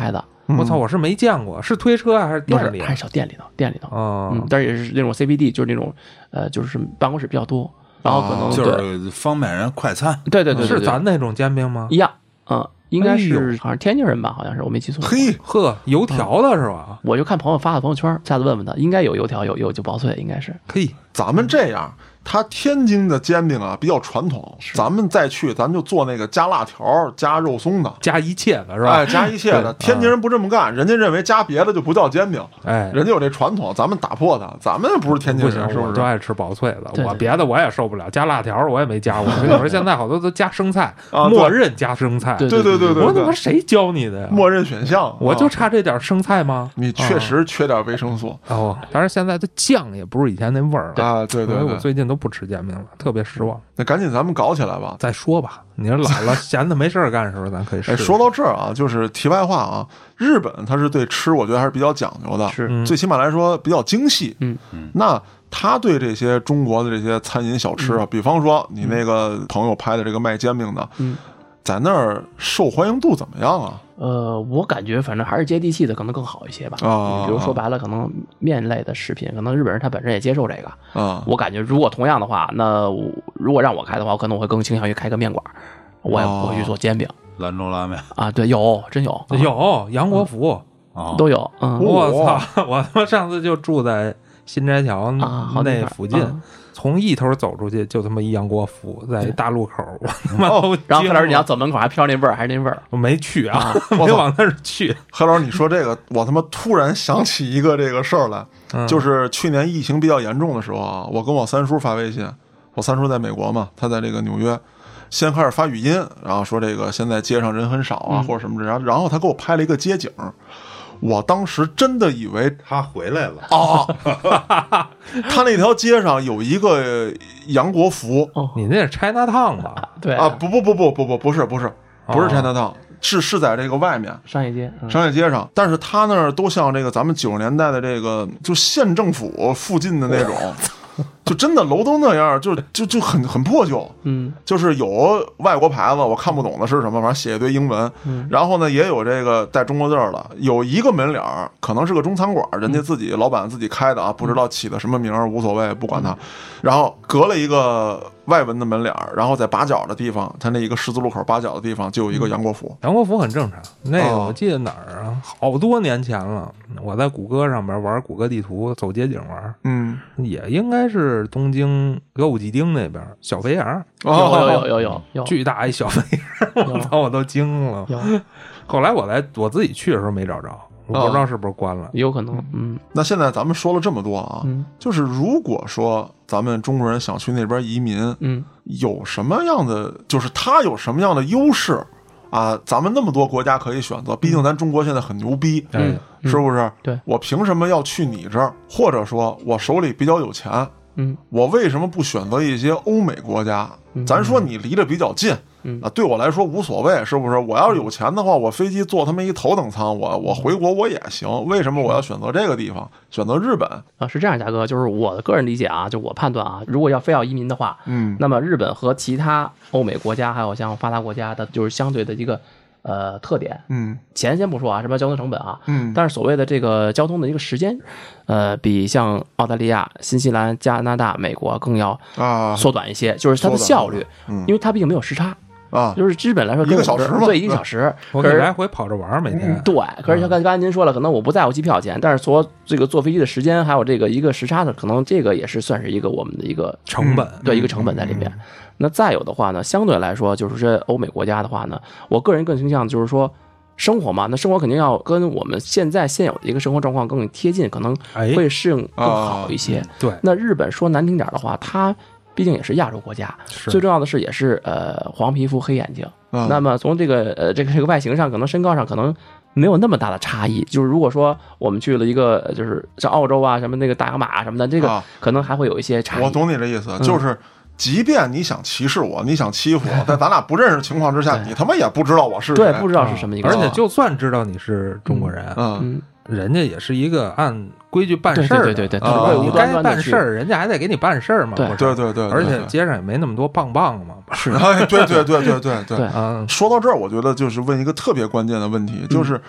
我操，我是没见过，是推车还是店里？ 还是小店里头， 哦， 但是也是那种 CBD，就是那种就是办公室比较多，然后可能就是方便人快餐。 对， 是咱那种煎饼吗？ 一样，应该是好像天津人吧，好像是我没记错。 嘿呵，油条的是吧？ 我就看朋友发的朋友圈，下次问问他，应该有油条，有就薄脆，应该是。 嘿， 咱们这样。它天津的煎饼啊比较传统，咱们再去咱就做那个加辣条加肉松的， 加一切的是吧？ 哎，加一切的。天津人不这么干，人家认为加别的就不叫煎饼， 哎， 人家有这传统，咱们打破它。咱们不是天津人， 不行，我就爱吃薄脆的， 对我别的我也受不了，加辣条我也没加过。我跟你说，现在好多都加生菜，默认加生菜。 对， 我他妈谁教你的呀？ 默认选项， 我就差这点生菜吗？ 你确实缺点维生素哦。当然现在的酱也不是以前那味儿啊。对， 我最近都不吃煎饼了。特别失望， 那赶紧咱们搞起来吧！ 再说吧，你说老了闲的没事干的时候，咱可以试。 说到这儿啊，就是题外话啊，日本它是对吃，我觉得还是比较讲究的， 是最起码来说比较精细。那他对这些中国的这些餐饮小吃啊，比方说你那个朋友拍的这个卖煎饼的，在那儿受欢迎度怎么样啊？ 我感觉反正还是接地气的可能更好一些吧。比如说白了，可能面类的食品，可能日本人他本身也接受这个。我感觉如果同样的话，那如果让我开的话，我可能我会更倾向于开个面馆，我也不会去做煎饼。 兰州拉面啊，对，真有杨国福都有。 我操！我他妈上次就住在新斋桥那附近。从一头走出去就他妈一杨国福在大路口，我他妈都然后黑老师你要走门口还飘那味儿，还是那味儿？ 我没去啊，没往那儿去。 黑老师，你说这个，我他妈突然想起一个这个事儿来，就是去年疫情比较严重的时候啊，我跟我三叔发微信，我三叔在美国嘛，他在这个纽约，先开始发语音，然后说这个现在街上人很少啊，或者什么这样，然后他给我拍了一个街景。我当时真的以为他回来了他那条街上有一个杨国福。 你那是 Chinatown 吧？ 对啊，不是 Chinatown，是在这个外面商业街上，但是他那儿都像这个咱们90年代的这个就县政府附近的那种。就真的楼都那样，就很破旧，就是有外国牌子，我看不懂的是什么，反正写一堆英文，然后呢也有这个带中国字的，有一个门脸儿，可能是个中餐馆，人家自己老板自己开的啊，不知道起的什么名儿，无所谓，不管它。然后隔了一个外文的门脸儿，然后在把角的地方，他那一个十字路口把角的地方就有一个杨国福。 杨国福很正常，那个我记得哪儿啊？好多年前了，我在谷歌上边玩谷歌地图，走街景玩，也应该是东京歌舞伎町那边小肥羊， 有巨大一小肥羊，我操，我都惊了。后来我自己去的时候没找着。我不知道是不是关了， 有可能。 那现在咱们说了这么多啊，就是如果说咱们中国人想去那边移民，有什么样的，就是他有什么样的优势啊？咱们那么多国家可以选择，毕竟咱中国现在很牛逼，是不是？ 对， 我凭什么要去你这儿？或者说我手里比较有钱，我为什么不选择一些欧美国家？咱说你离得比较近。对我来说无所谓，是不是？我要是有钱的话，我飞机坐他们一头等舱，我回国我也行。为什么我要选择这个地方，选择日本啊？是这样，嘉哥，就是我的个人理解啊，就我判断啊，如果非要移民的话，那么日本和其他欧美国家，还有像发达国家的，就是相对的一个特点。钱先不说啊，什么交通成本啊，但是所谓的这个交通的一个时间，比像澳大利亚、新西兰、加拿大、美国更要缩短一些，就是它的效率，因为它毕竟没有时差。就是日本来说，1个小时嘛，对，1个小时， 我可以来回跑着玩每天。 对，可是像刚才您说了，可能我不在乎机票钱，但是说这个坐飞机的时间，还有这个一个时差的，可能这个也是算是一个我们的一个成本， 对，一个成本在里面。那再有的话呢，相对来说，就是说欧美国家的话呢，我个人更倾向就是说生活嘛，那生活肯定要跟我们现有的一个生活状况更贴近，可能会适应更好一些。 对， 那日本说难听点的话，它毕竟也是亚洲国家，最重要的是也是黄皮肤黑眼睛。那么从这个外形上，可能身高上可能没有那么大的差异。就是如果说我们去了一个就是像澳洲啊什么那个大洋马什么的，这个可能还会有一些差异。 我懂你的意思，就是即便你想歧视我，你想欺负我，但咱俩不认识情况之下，你他妈也不知道我是谁， 对，不知道是什么一个。 而且就算知道你是中国人，人家也是一个按规矩办事儿， 对， 你该办事儿，人家还得给你办事儿嘛。 对， 而且街上也没那么多棒棒嘛。 是，对。说到这儿，我觉得就是问一个特别关键的问题，就是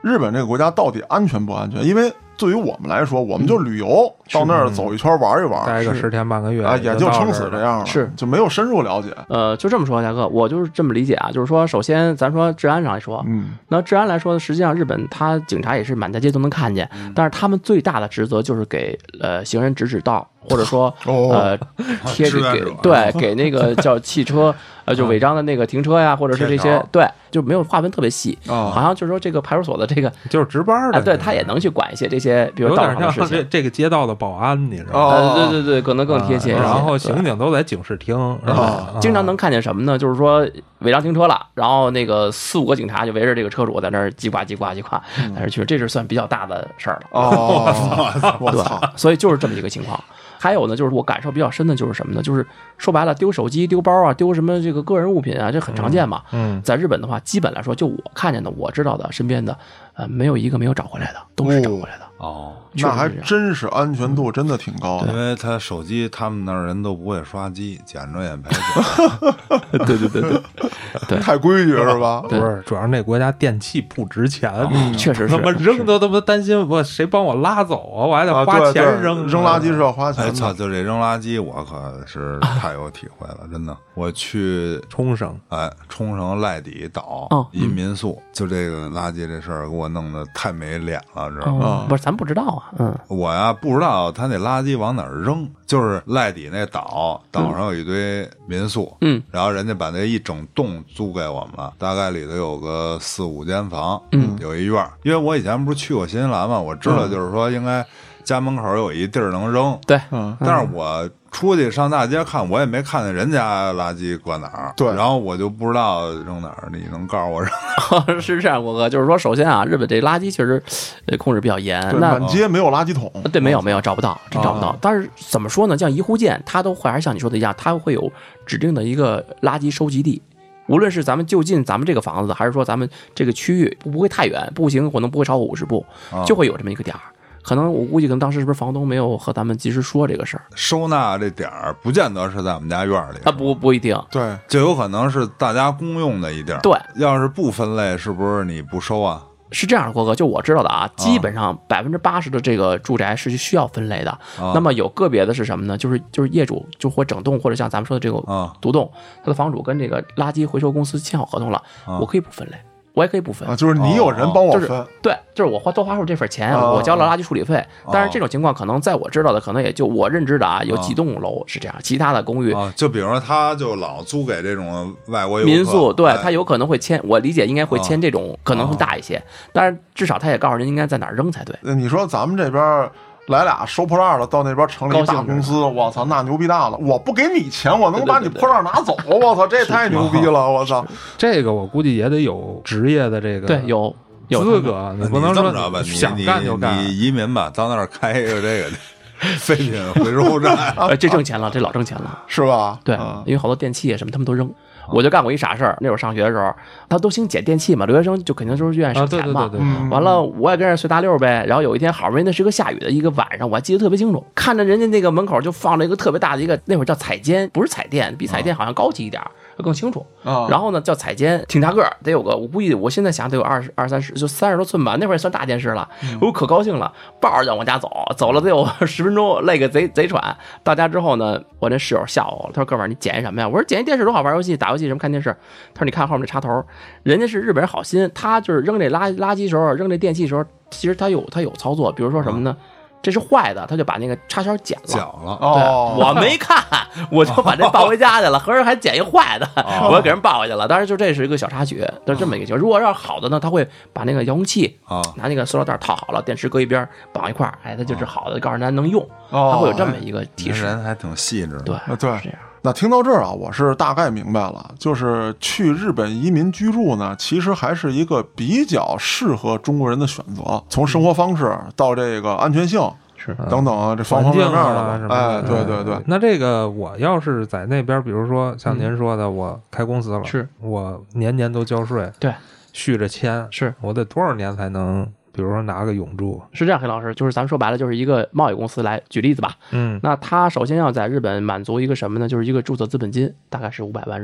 日本这个国家到底安全不安全？因为对于我们来说，我们就旅游到那儿走一圈玩一玩， 待个10天半个月啊，也就撑死这样了， 是就没有深入了解。 就这么说，大哥，我就是这么理解啊，就是说，首先咱说治安上来说，那治安来说，实际上日本他警察也是满大街都能看见，但是他们最大的职责就是给行人指道，或者说贴给那个叫汽车就违章的那个停车呀，或者是这些，对，就没有划分特别细，好像就是说这个派出所的这个就是值班的， 对他也能去管一些这些，比如道上的事情， 这个街道的保安，你知道吗？对，可能更贴切。 然后刑警都在警视厅， 经常能看见什么呢？就是说违章停车了，然后那个4、5个警察就围着这个车主在那儿叽呱，但是其实这是算比较大的事儿了。 我操！ 所以就是这么一个情况。还有呢，就是我感受比较深的就是什么呢？就是说白了，丢手机、丢包啊，丢什么这个个人物品啊，这很常见嘛。在日本的话，基本来说，就我看见的、我知道的、身边的，没有一个没有找回来的，都是找回来的。 那还真是安全度真的挺高的， 因为他手机他们那儿人都不会刷机，捡着也赔钱。 对， 太规矩是吧？ 不是，主要那国家电器不值钱， 确实是。 他妈扔都他妈担心我谁帮我拉走啊，我还得花钱扔垃圾是要花钱的。 操，就这扔垃圾，我可是太有体会了，真的。我去冲绳， 冲绳赖底岛一民宿，就这个垃圾这事儿给我弄得太没脸了，知道吗？ 不是，咱不知道啊。 我呀不知道他那垃圾往哪儿扔，就是赖底那岛上有一堆民宿，然后人家把那一整栋租给我们了，大概里头有个4、5间房，有一院。因为我以前不是去过新西兰嘛，我知道就是说应该家门口有一地儿能扔， 对， 但是我出去上大街看，我也没看见人家垃圾搁哪儿， 对， 然后我就不知道扔哪儿，你能告诉我扔？ 是这样，郭哥，就是说，首先啊，日本这垃圾确实控制比较严，那满街没有垃圾桶， 对，没有，找不到，真找不到。但是怎么说呢？像一户建，它都会还是像你说的一样，它会有指定的一个垃圾收集地。无论是咱们就近咱们这个房子，还是说咱们这个区域不会太远，步行可能不会超过50步，就会有这么一个点儿。可能我估计，可能当时是不是房东没有和咱们及时说这个事儿？ 收纳这点儿不见得是在我们家院里啊，不一定， 对， 就有可能是大家公用的一地儿。 对， 要是不分类，是不是你不收啊？ 是这样的，郭哥，就我知道的啊，基本上80%的这个住宅是需要分类的。那么有个别的是什么呢？就是业主就或整栋，或者像咱们说的这个独栋，他的房主跟这个垃圾回收公司签好合同了，我可以不分类。我也可以不分啊，就是你有人帮我分， 对，就是我多花出这份钱，我交了垃圾处理费。但是这种情况可能在我知道的，可能也就我认知的啊，有几栋楼是这样，其他的公寓就比如说他就老租给这种外国游客民宿，对他有可能会签，我理解应该会签这种可能性大一些，但是至少他也告诉人应该在哪儿扔才对。 你说咱们这边来俩收破烂的，到那边成立一大公司，我操，那牛逼大了！我不给你钱，我能把你破烂拿走，我操，这太牛逼了，我操！ 这个我估计也得有职业的这个对有资格， 你不能说吧， 想干就干。 你移民吧，到那儿开一个这个废品回收站， 这挣钱了，这老挣钱了， 是吧？ 对，因为好多电器什么他们都扔。我就干过一傻事儿，那会儿上学的时候，他都兴捡电器嘛，留学生就肯定都是愿意省钱嘛。完了，我也跟人随大溜呗。然后有一天，好不容易那是个下雨的一个晚上，我还记得特别清楚，看着人家那个门口就放了一个特别大的一个，那会儿叫彩监，不是彩电，比彩电好像高级一点，更清楚。然后呢，叫彩监，挺大个儿，得有个，我估计我现在想得有20、30，就30多寸吧。那会儿也算大电视了，我可高兴了，抱着往家走了得有10分钟，累个贼喘。到家之后呢，我那室友笑我了，他说：“哥们儿，你捡一什么呀？”我说：“捡一电视多好，玩游戏、打游戏什么，看电视。”他说：“你看后面这插头，人家是日本人好心，他就是扔这垃圾时候，扔这电器时候，其实他有操作，比如说什么呢？这是坏的，他就把那个插销剪了。对，我没看，我就把这抱回家去了，合着还捡一坏的，我给人抱回去了。当然，就这是一个小插曲，就这么一个情况。如果要好的呢，他会把那个遥控器拿那个塑料袋套好了，电池搁一边，绑一块，哎，它就是好的，告诉咱能用，他会有这么一个提示。 人还挺细致的， 对， 是这样。那听到这儿啊，我是大概明白了，就是去日本移民居住呢，其实还是一个比较适合中国人的选择，从生活方式到这个安全性是等等啊，这方方面面的什么哎，对。 那这个我要是在那边，比如说像您说的，我开公司了， 是我年年都交税， 对， 续着签， 是我得多少年才能？比如说拿个永住， 是这样，黑老师，就是咱们说白了，就是一个贸易公司来举例子吧。那他首先要在日本满足一个什么呢？就是一个注册资本金，大概是500万日币。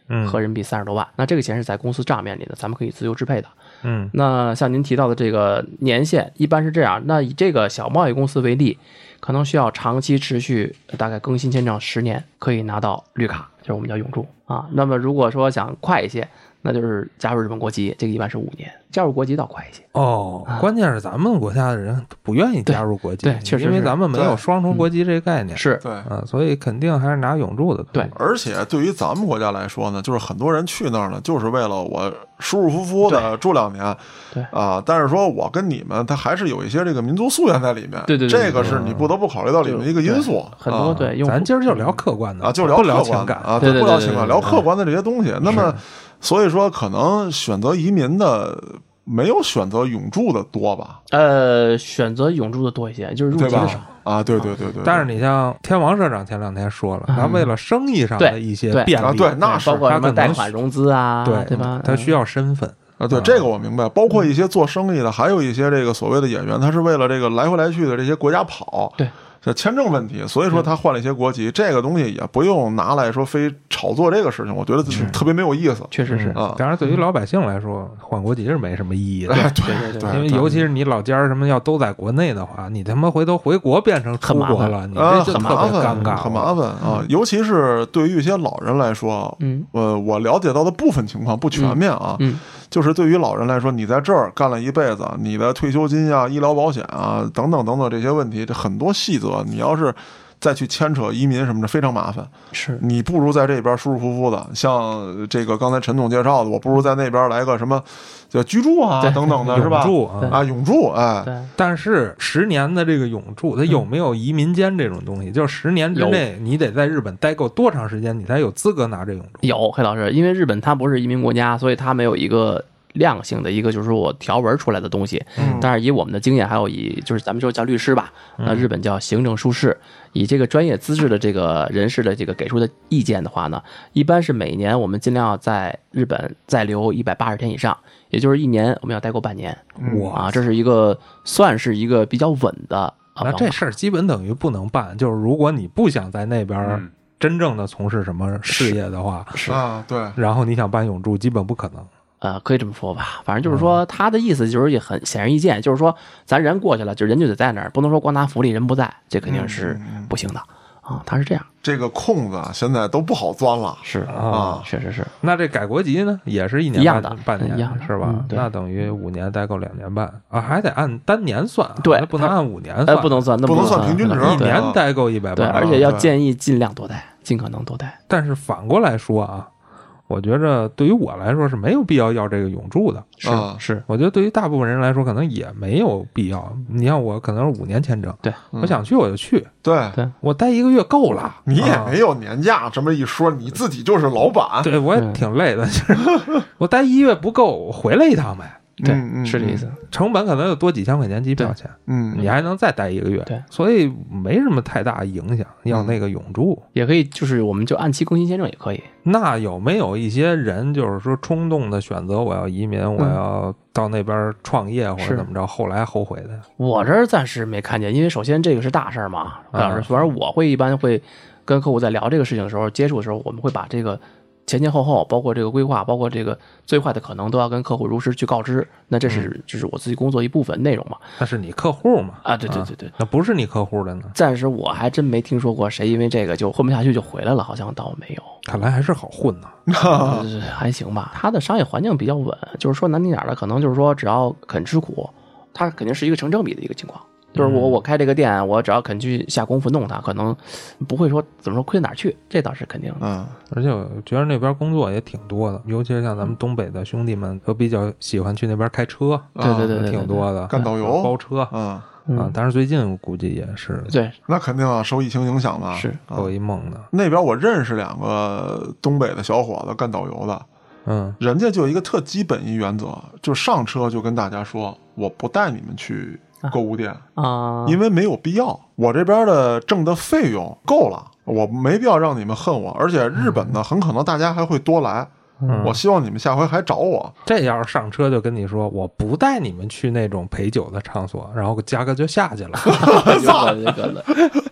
合人民币30多万。那这个钱是在公司账面里的，咱们可以自由支配的。那像您提到的这个年限一般是这样，那以这个小贸易公司为例，可能需要长期持续大概更新签证10年，可以拿到绿卡，就是我们叫永驻啊。那么如果说想快一些，那就是加入日本国籍，这个一般是5年，加入国籍倒快一些。 关键是咱们国家的人不愿意加入国籍， 对，确实， 因为咱们没有双重国籍这个概念， 是对所以肯定还是拿永驻的。 对， 而且对于咱们国家来说呢，就是很多人去那儿呢，就是为了我舒舒服服的住2年， 对但是说我跟你们，他还是有一些这个民族素养在里面， 对， 这个是你不得不考虑到里面一个因素。 很多对， 咱今儿就聊客观的就聊客观感对，不聊情感，聊客观的这些东西。那么，所以说可能选择移民的没有选择永驻的多吧？ 选择永驻的多一些，就是入籍的少啊。对。 但是你像天王社长前2天说了，他为了生意上的一些便利， 对，那是包括什么贷款融资啊，对吧？ 他需要身份。 对，这个我明白。包括一些做生意的，还有一些这个所谓的演员，他是为了这个来回来去的这些国家跑， 对。 这签证问题，所以说他换了一些国籍，这个东西也不用拿来说非炒作这个事情，我觉得特别没有意思。 确实是当然对于老百姓来说，换国籍是没什么意义的。 对， 因为尤其是你老家什么要都在国内的话，你他妈回头回国变成出国了，你这很麻烦， 尴尬， 很麻烦啊！尤其是对于一些老人来说，我了解到的部分情况不全面啊。就是对于老人来说，你在这儿干了一辈子，你的退休金啊、医疗保险啊等等等等这些问题，这很多细则，你要是再去牵扯移民什么的，非常麻烦。 是你不如在这边舒舒服服的，像这个刚才陈总介绍的，我不如在那边来个什么叫居住啊等等的，是吧？永驻， 但是10年的这个永驻，它有没有移民监这种东西？就是10年之内，你得在日本待够多长时间，你才有资格拿这永驻？ 有，黑老师，因为日本它不是移民国家，所以它没有一个量性的一个就是说我条文出来的东西。但是以我们的经验，还有以就是咱们说叫律师吧，那日本叫行政书士，以这个专业资质的这个人士的这个给出的意见的话呢，一般是每年我们尽量要在日本再留180天以上，也就是1年我们要待够半年。哇，这是一个算是一个比较稳的。 那这事儿基本等于不能办，就是如果你不想在那边真正的从事什么事业的话， 是啊，对， 然后你想办永驻，基本不可能。 可以这么说吧，反正就是说他的意思就是也很显而易见，就是说咱人过去了，就人就得在那儿，不能说光拿福利人不在，这肯定是不行的啊。他是这样， 这个空子现在都不好钻了， 是啊，确实是。 那这改国籍呢，也是1年一样的半年， 一样是吧？那等于5年待够2年半啊，还得按单年算， 对， 不能按5年算， 不能算， 不能算平均值 ，1年待够180， 对，而且要建议尽量多待，尽可能多待。 但是反过来说啊。我觉着对于我来说是没有必要这个永驻的， 是， 我觉得对于大部分人来说可能也没有必要。你像我可能是5年签证， 对， 我想去我就去， 对， 我待1个月够了。 你也没有年假，这么一说，你自己就是老板。 对，我也挺累的，我待1月不够，我回来一趟呗。 对，是这意思。 成本可能有多几千块钱机票钱，你还能再待1个月， 对， 所以没什么太大影响。要那个永驻也可以，就是我们就按期更新签证也可以。 那有没有一些人就是说冲动的选择，我要移民，我要到那边创业或者怎么着，后来后悔的？ 我这儿暂时没看见，因为首先这个是大事儿嘛，老师，反正我会一般会跟客户在聊这个事情的时候，接触的时候，我们会把这个前前后后，包括这个规划，包括这个最坏的可能，都要跟客户如实去告知。那这是就是我自己工作一部分内容嘛。 那是你客户嘛？ 啊，对， 那不是你客户的呢？ 暂时我还真没听说过谁因为这个就混不下去就回来了，好像倒没有。 看来还是好混呢， 还行吧。他的商业环境比较稳，就是说难听点的，可能就是说只要肯吃苦，他肯定是一个成正比的一个情况。就是我开这个店，我只要肯去下功夫弄它，可能不会说怎么说亏哪儿去，这倒是肯定的。 而且我觉得那边工作也挺多的，尤其是像咱们东北的兄弟们都比较喜欢去那边开车， 对， 挺多的， 干导游、 包车，但是最近我估计也是， 对， 那肯定啊，受疫情影响嘛， 是够一梦的。 那边我认识2个东北的小伙子干导游的，人家就有一个特基本一原则，就上车就跟大家说，我不带你们去购物店啊， 因为没有必要，我这边的挣的费用够了，我没必要让你们恨我，而且日本呢，很可能大家还会多来。我希望你们下回还找我。 这要是上车就跟你说，我不带你们去那种陪酒的场所，然后价格就下去了。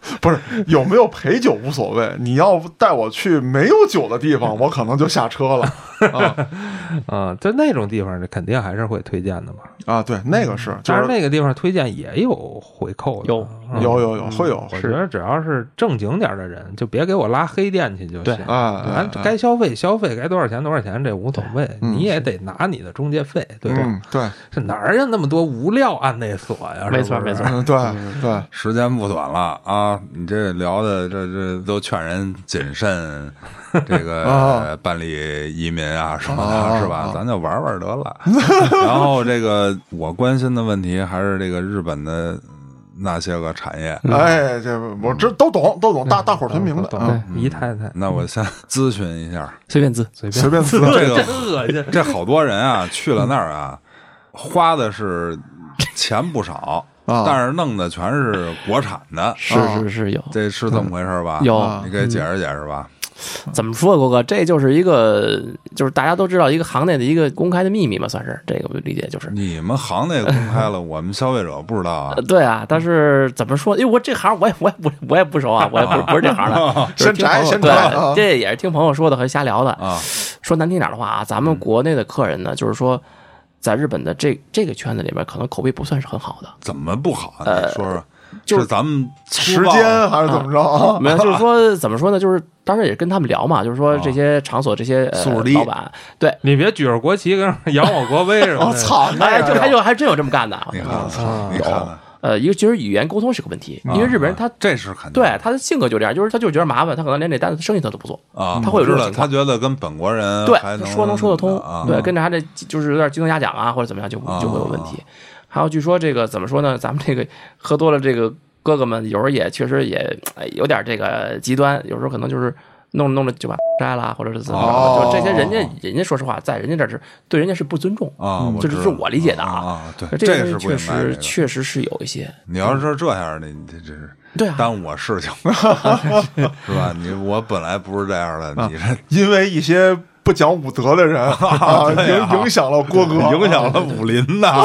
不是有没有陪酒无所谓，你要带我去没有酒的地方，我可能就下车了。 在那种地方，这肯定还是会推荐的嘛。 啊，对，那个是， 但是那个地方推荐也有回扣的， 有会有。 我觉得只要是正经点的人，就别给我拉黑店去就行。咱该消费，该多少钱这无所谓，你也得拿你的中介费，对吧？ 对， 这哪儿有那么多无料按内锁呀？ 没错， 对， 时间不短了啊！你这聊的这都劝人谨慎。这个办理移民啊什么的，是吧？咱就玩玩得了。然后这个我关心的问题还是这个日本的那些个产业。 哎，这我这都懂，大伙儿全明白。 姨太太， 那我先咨询一下， 随便咨。 这个真恶心。 这好多人啊去了那儿啊，花的是钱不少。但是弄的全是国产的， 是有， 这是这么回事吧？ 有， 你给解释解释吧。 怎么说，郭哥，这就是一个，就是大家都知道一个行内的一个公开的秘密嘛，算是这个我理解就是。 你们行内公开了，我们消费者不知道啊。 对啊，但是怎么说？因为我这行我也不熟啊，我也不是这行的， 先摘。 对，这也是听朋友说的和瞎聊的啊。说难听点的话啊，咱们国内的客人呢，就是说。在日本的这个圈子里边，可能口碑不算是很好的。 怎么不好啊？你说说， 就是咱们时间还是怎么着？ 没有，就是说怎么说呢？就是当时也跟他们聊嘛，就是说这些场所这些素质低老板，对你别举着国旗跟扬我国威什么的。 我操！ 哎，就还真有这么干的。 你看。 一个就是语言沟通是个问题，因为日本人他这是肯定对他的性格就这样，就是他就觉得麻烦，他可能连这单子生意他都不做啊， 他会有这种情况， 他觉得跟本国人对能说得通，对，跟着他这就是有点鸡同鸭讲啊，或者怎么样就会有问题。还有据说这个怎么说呢？咱们这个喝多了，这个哥哥们有时候也确实也有点这个极端，有时候可能就是弄着就把摘了，或者是怎么着，就这些人家说实话，在人家这是对人家是不尊重啊， 这是我理解的啊。 对， 这是确实是有一些。 你要是这样的，你这是对啊， 耽误我事情是吧？我本来不是这样的，你这因为一些不讲武德的人影响了郭哥， 影响了武林呐。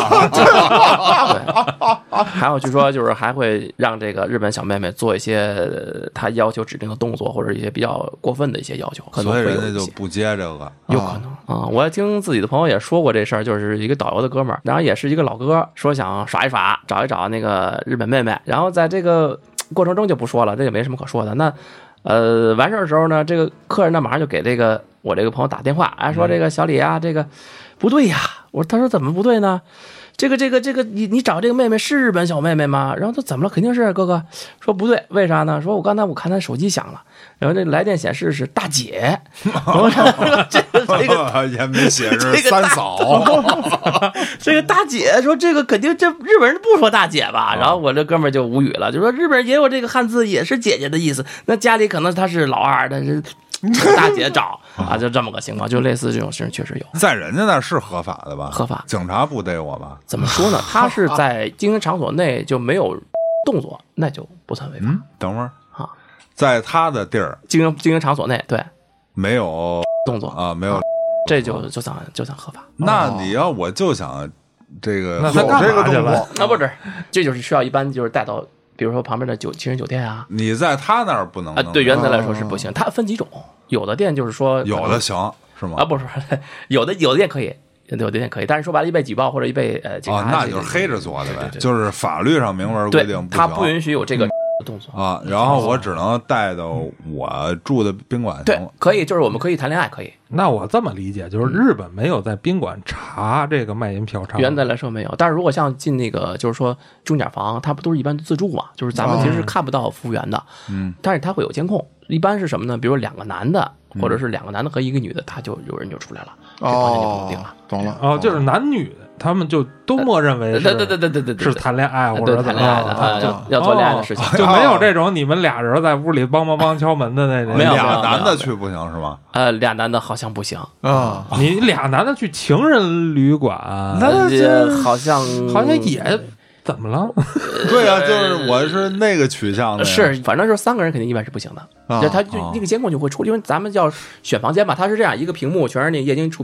还有据说就是还会让这个日本小妹妹做一些她要求指定的动作，或者一些比较过分的一些要求，可能所以人家就不接这个， 有可能啊。我也听自己的朋友也说过这事儿，就是一个导游的哥们儿，然后也是一个老哥，说想耍一耍，找一找那个日本妹妹，然后在这个过程中就不说了，这也没什么可说的。那完事儿的时候呢，这个客人呢马上就给这个我这个朋友打电话，哎，说这个小李啊，这个不对呀。他说怎么不对呢？这个你找这个妹妹是日本小妹妹吗？然后他怎么了？肯定是哥哥。说不对，为啥呢？说我刚才我看他手机响了，然后这来电显示是大姐，这个也没写是三嫂。 这个大姐说这个肯定这日本人不说大姐吧？然后我这哥们儿就无语了，就说日本人也有这个汉字，也是姐姐的意思。那家里可能他是老二，但是大姐找啊，就这么个情况，就类似这种事情确实有。 在人家那是合法的吧？ 合法， 警察不逮我吧？ 怎么说呢？他是在经营场所内就没有动作，那就不算违法。 等会儿啊， 在他的地儿经营场所内，对， 没有动作啊，没有， 这就算合法。 那你要我就想这个有这个动作啊，不是，这就是需要一般就是带到。比如说旁边的情人酒店啊， 你在他那儿不能啊？对，原则来说是不行。它分几种，有的店就是说有的行是吗？ 啊，不是，有的店可以，有的店可以，但是说白了，一被举报或者一被警察， 那就是黑着做的呗，就是法律上明文规定不行， 他不允许有这个动作啊。然后我只能带到我住的宾馆， 对，可以，就是我们可以谈恋爱，可以。 那我这么理解，就是日本没有在宾馆查这个卖淫嫖娼， 原则来说没有。但是如果像进那个就是说钟点房，它不都是一般自助嘛？就是咱们其实是看不到服务员的，但是它会有监控。一般是什么呢？比如2个男的，或者是2个男的和1个女的，他就有人就出来了，这房间就不定了。 懂了哦，就是男女他们就都默认为是对是谈恋爱或者谈恋爱的，要做恋爱的事情， 就没有这种你们俩人在屋里梆敲门的那种。 没有俩男的去不行是吗 ？2男的好像不行啊， 你2男的去情人旅馆， 那好像也。怎么了？ 对啊，就是我是那个取向的， 是反正就是3个人肯定一般是不行的，就他就那个监控就会出，因为咱们要选房间嘛，他是这样一个屏幕全是那液晶触屏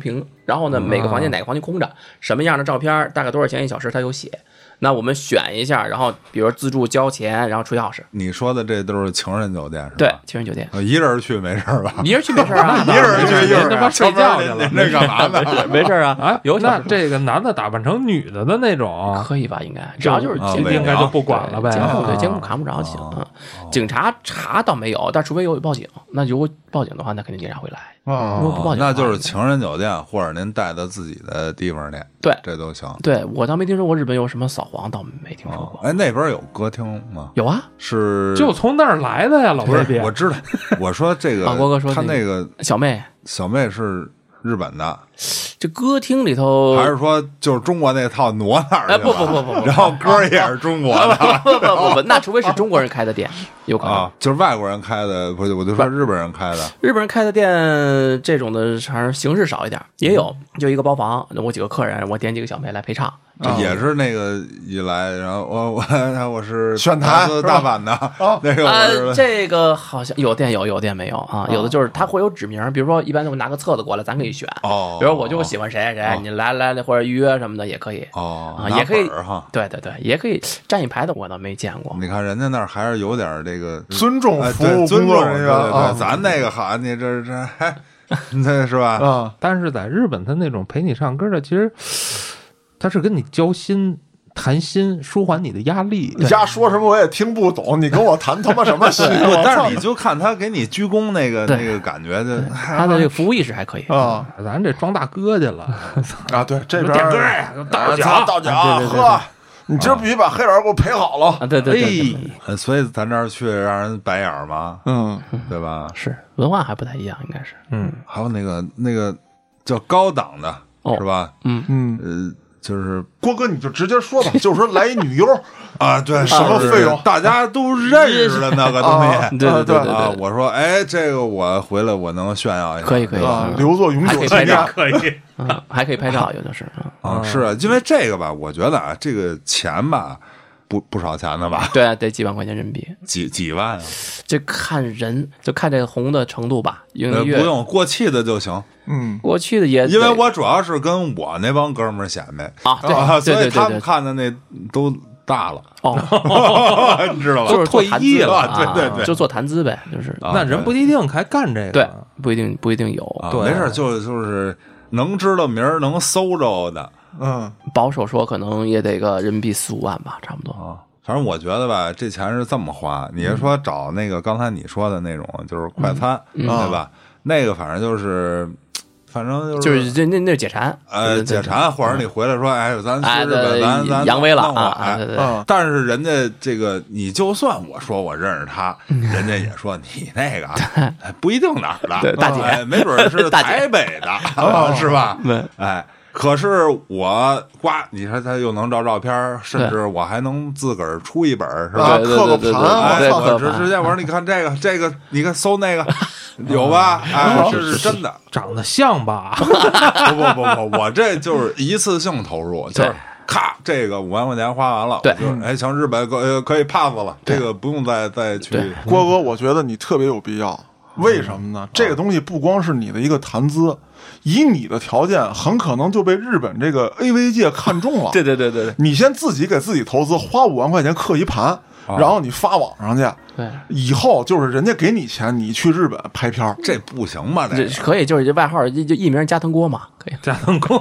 然后呢，每个房间哪个房间空着，什么样的照片，大概多少钱1小时，他有写。那我们选一下，然后比如自助交钱，然后出钥匙。 你说的这都是情人酒店是吧？ 对，情人酒店。 一人去没事吧？ 一人去没事啊， 一人去一人他妈睡觉去了， 那干嘛呢？ 没事啊。 啊，那这个男的打扮成女的的那种， 可以吧？应该，只要就是应该就不管了呗。 监控对监控看不着行。警察查倒没有，但除非有报警，那如果报警的话，那肯定警察会来。如果不报警， 那就是情人酒店或者您带到自己的地方去， 对， 这都行。 对我倒没听说过日本有什么扫黄，倒没听说过。 哎，那边有歌厅吗？ 有啊， 是就从那儿来的呀，老不弟。 是，我知道。我说这个， 郭哥说他那个小妹是日本的， 这歌厅里头还是说就是中国那套挪哪儿去了？ 不， 然后歌也是中国的， 不，那除非是中国人开的店，有可能就是外国人开的，不我就说日本人开的。 日本人开的店这种的，反正形式少一点，也有，就一个包房，我几个客人，我点几个小妹来陪唱。 也是那个一来，然后我是选台大阪的，那个这个好像有店没有啊？有的就是他会有指名，比如说一般我拿个册子过来，咱可以选。比如我就喜欢谁，你来或者预约什么的也可以。也可以哈。 对，也可以站一排的，我倒没见过。 你看人家那儿还是有点这个尊重服务工作人员啊，咱那个好，你这那是吧？ 但是在日本，他那种陪你唱歌的，其实他是跟你交心、谈心，舒缓你的压力。 你家说什么我也听不懂，你跟我谈他妈什么心？ 但是你就看他给你鞠躬那个感觉，就他的这个服务意识还可以啊。咱这装大哥去了啊！对，这边点歌呀，倒脚，喝。你今儿必须把黑脸给我陪好了啊！对， 所以咱这儿去让人白眼吗？对吧？ 是文化还不太一样，应该是。 还有那个叫高档的，是吧？就是郭哥，你就直接说吧，就是说来一女优啊，对， 什么费用大家都认识的那个东西， 对啊，我说，哎，这个我回来我能炫耀一下， 可以， 留作永久纪念， 可以， 还可以拍照，有的是是啊，因为这个吧，我觉得啊，这个钱吧，不少钱的吧？ 对啊，得几万块钱人民币， 几万啊？ 这看人，就看这个红的程度吧。 不用过气的就行。 过去的也， 因为我主要是跟我那帮哥们儿显摆啊，对， 所以他们看的那都大了你知道吧？ 就是退役了， 对， 就做谈资呗，就是那人不一定还干这个， 对，不一定有， 对，没事，就是能知道名儿能搜着的， 保守说可能也得个人民币4-5万吧，差不多啊。反正我觉得吧，这钱是这么花。你是说找那个刚才你说的那种，就是快餐，对吧？那个反正就是。反正就是那解馋， 解馋，或者你回来说，哎，咱去日本，咱扬威了啊！但是人家这个，你就算我说我认识他，人家也说你那个不一定哪儿的， 大姐， 没准是台北的，是吧？哎，可是我你说他又能照片，甚至我还能自个儿出一本，是吧？ 刻个盘， 直接我说你看这个，你看搜那个。有吧？哎，这是真的， 长得像吧？ 不，我这就是一次性投入，就是咔，这个5万块钱花完了， 对， 哎，像日本可以 pass 了，这个不用再去。 郭哥，我觉得你特别有必要，为什么呢？这个东西不光是你的一个谈资，以你的条件，很可能就被日本这个 AV 界看中了。 对， 你先自己给自己投资，花5万块钱刻一盘。然后你发网上去， 对， 以后就是人家给你钱，你去日本拍片， 这不行吧？这可以，就是这外号就艺名加藤锅嘛，可以加藤锅，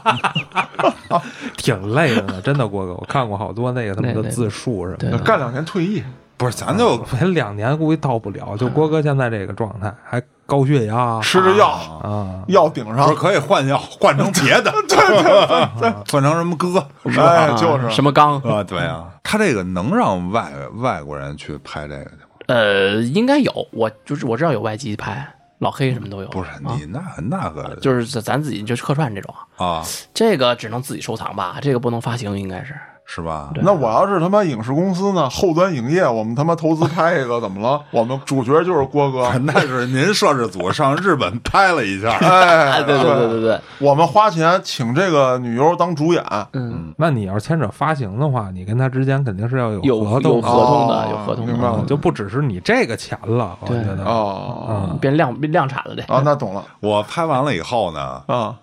挺累的呢，真的，郭哥，我看过好多那个他们的自述什么的， 干2年退役， 不是，咱就 2年估计到不了，就郭哥现在这个状态，还高血压， 吃着药药顶上， 不是可以换药，换成别的，对，换成什么哥， 哎，就是什么刚啊，对啊，他这个能让外国人去拍这个去吗？应该有，我知道有外籍拍，老黑什么都有。 不是你那个， 就是咱自己就是客串这种啊， 这个只能自己收藏吧，这个不能发行，应该是吧？ 那我要是他妈影视公司呢，后端影业，我们他妈投资拍一个，怎么了？我们主角就是郭哥， 那是您摄制组上日本拍了一下， 哎， 对， 我们花钱请这个女优当主演， 那你要是牵扯发行的话，你跟他之间肯定是要有合同的，有合同的， 明白了， 就不只是你这个钱了，我觉得哦， 变量产了这啊，那懂了。 我拍完了以后呢，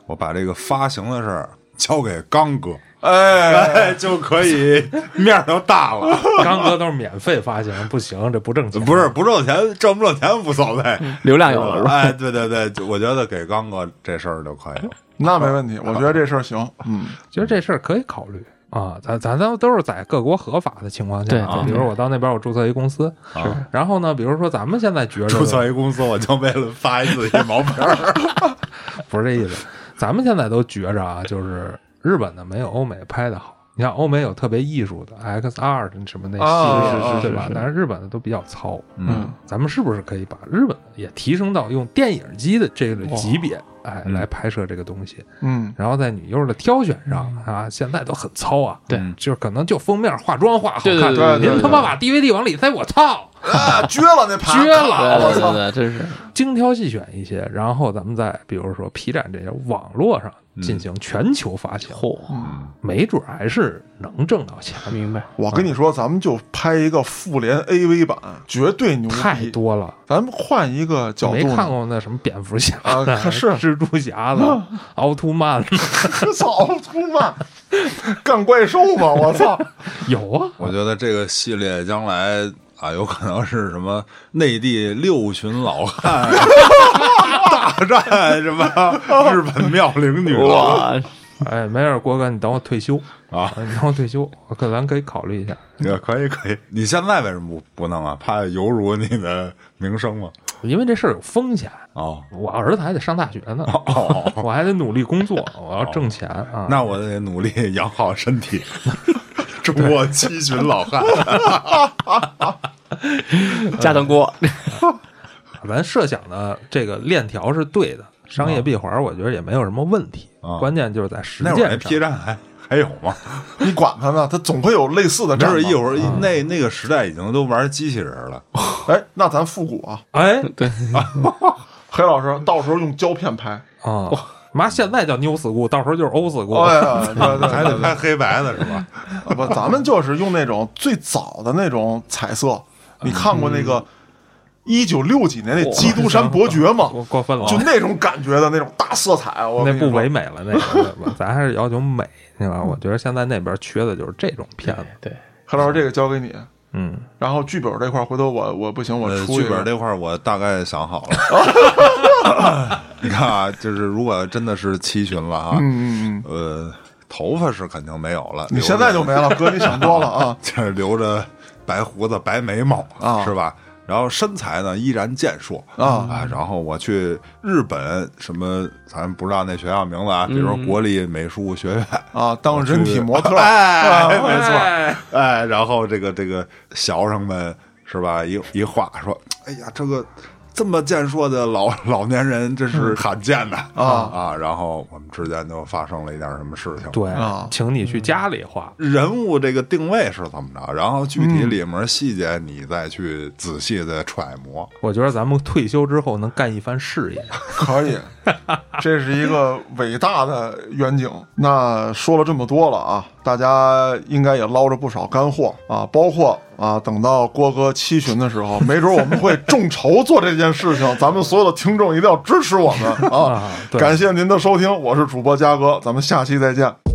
我把这个发型的事儿交给刚哥，就可以面就大了。 刚哥都是免费发行，不行，这不挣钱。 不是不挣钱，挣不挣钱无所谓， 流量有了是吧？ 对对对，我觉得给刚哥这事儿就可以了。 那没问题，我觉得这事儿行。 觉得这事儿可以考虑啊。咱都是在各国合法的情况下， 对， 比如我到那边我注册一公司，然后呢，比如说咱们现在觉得注册一公司，我就为了发一自己毛片儿， 不是这意思。咱们现在都觉着啊，就是日本的没有欧美拍的好。你看欧美有特别艺术的 XR 什么那系列，对吧？但是日本的都比较糙。咱们是不是可以把日本的也提升到用电影机的这个级别，来拍摄这个东西？然后在女优的挑选上啊，现在都很糙啊。 对， 就是可能就封面化妆化好看， 对， 您他妈把 DVD 往里塞，我操！ 撅了那盘， 撅了！ 对，真是精挑细选一些，然后咱们再比如说 P 站这些网络上进行全球发行，没准还是能挣到钱。 明白？ 我跟你说，咱们就拍一个复联 AV 版，绝对牛逼， 太多了。 咱们换一个角度， 没看过那什么蝙蝠侠是蜘蛛侠的奥特曼， 奥特曼干怪兽吗？我操， 有啊！ 我觉得这个系列将来有可能是什么内地6群老汉大战什么日本妙龄女郎。 没事，郭哥，你等我退休你等我退休，咱可以考虑一下。 可以。你现在为什么不弄啊？怕有辱你的名声吗？ 因为这事儿有风险我儿子还得上大学呢我还得努力工作，我要挣钱啊。 那我得努力养好身体。中国7群老汉， 加藤锅。 咱设想的这个链条是对的，商业闭环我觉得也没有什么问题。关键就是在实践上。 那 P 站还有吗？ 你管他呢，他总会有类似的。 这是一会儿那个时代已经都玩机器人了。 那咱复古啊！ 对黑老师到时候用胶片拍妈，现在叫 New School， 到时候就是 Old School， 还得拍黑白的是吧？ 不，咱们就是用那种最早的那种彩色。你看过那个1960几年那《基督山伯爵》吗？ 过分了， 就那种感觉的那种大色彩， 那不唯美了，那个咱还是要求美，对吧？我觉得现在那边缺的就是这种片子。 对， 黑老师，这个交给你。然后剧本这块回头我不行，我出剧本这块我大概想好了。你看啊，就是如果真的是7群了啊，头发是肯定没有了， 你现在就没了，哥，你想多了啊， 这留着白胡子、白眉毛是吧？然后身材呢依然健硕然后我去日本什么咱不知道那学校名字比如说国立美术学院当人体模特， 没错，然后这个学生们是吧一画说，哎呀，这么健硕的老年人，这是罕见的然后我们之间就发生了一点什么事情。 对请你去家里画人物这个定位是怎么着，然后具体里面细节你再去仔细的揣摩。 我觉得咱们退休之后能干一番事业， 可以，这是一个伟大的远景。那说了这么多了大家应该也捞着不少干货包括等到郭哥7群的时候，没准我们会众筹做这件事情，咱们所有的听众一定要支持我们感谢您的收听，我是主播嘉哥，咱们下期再见。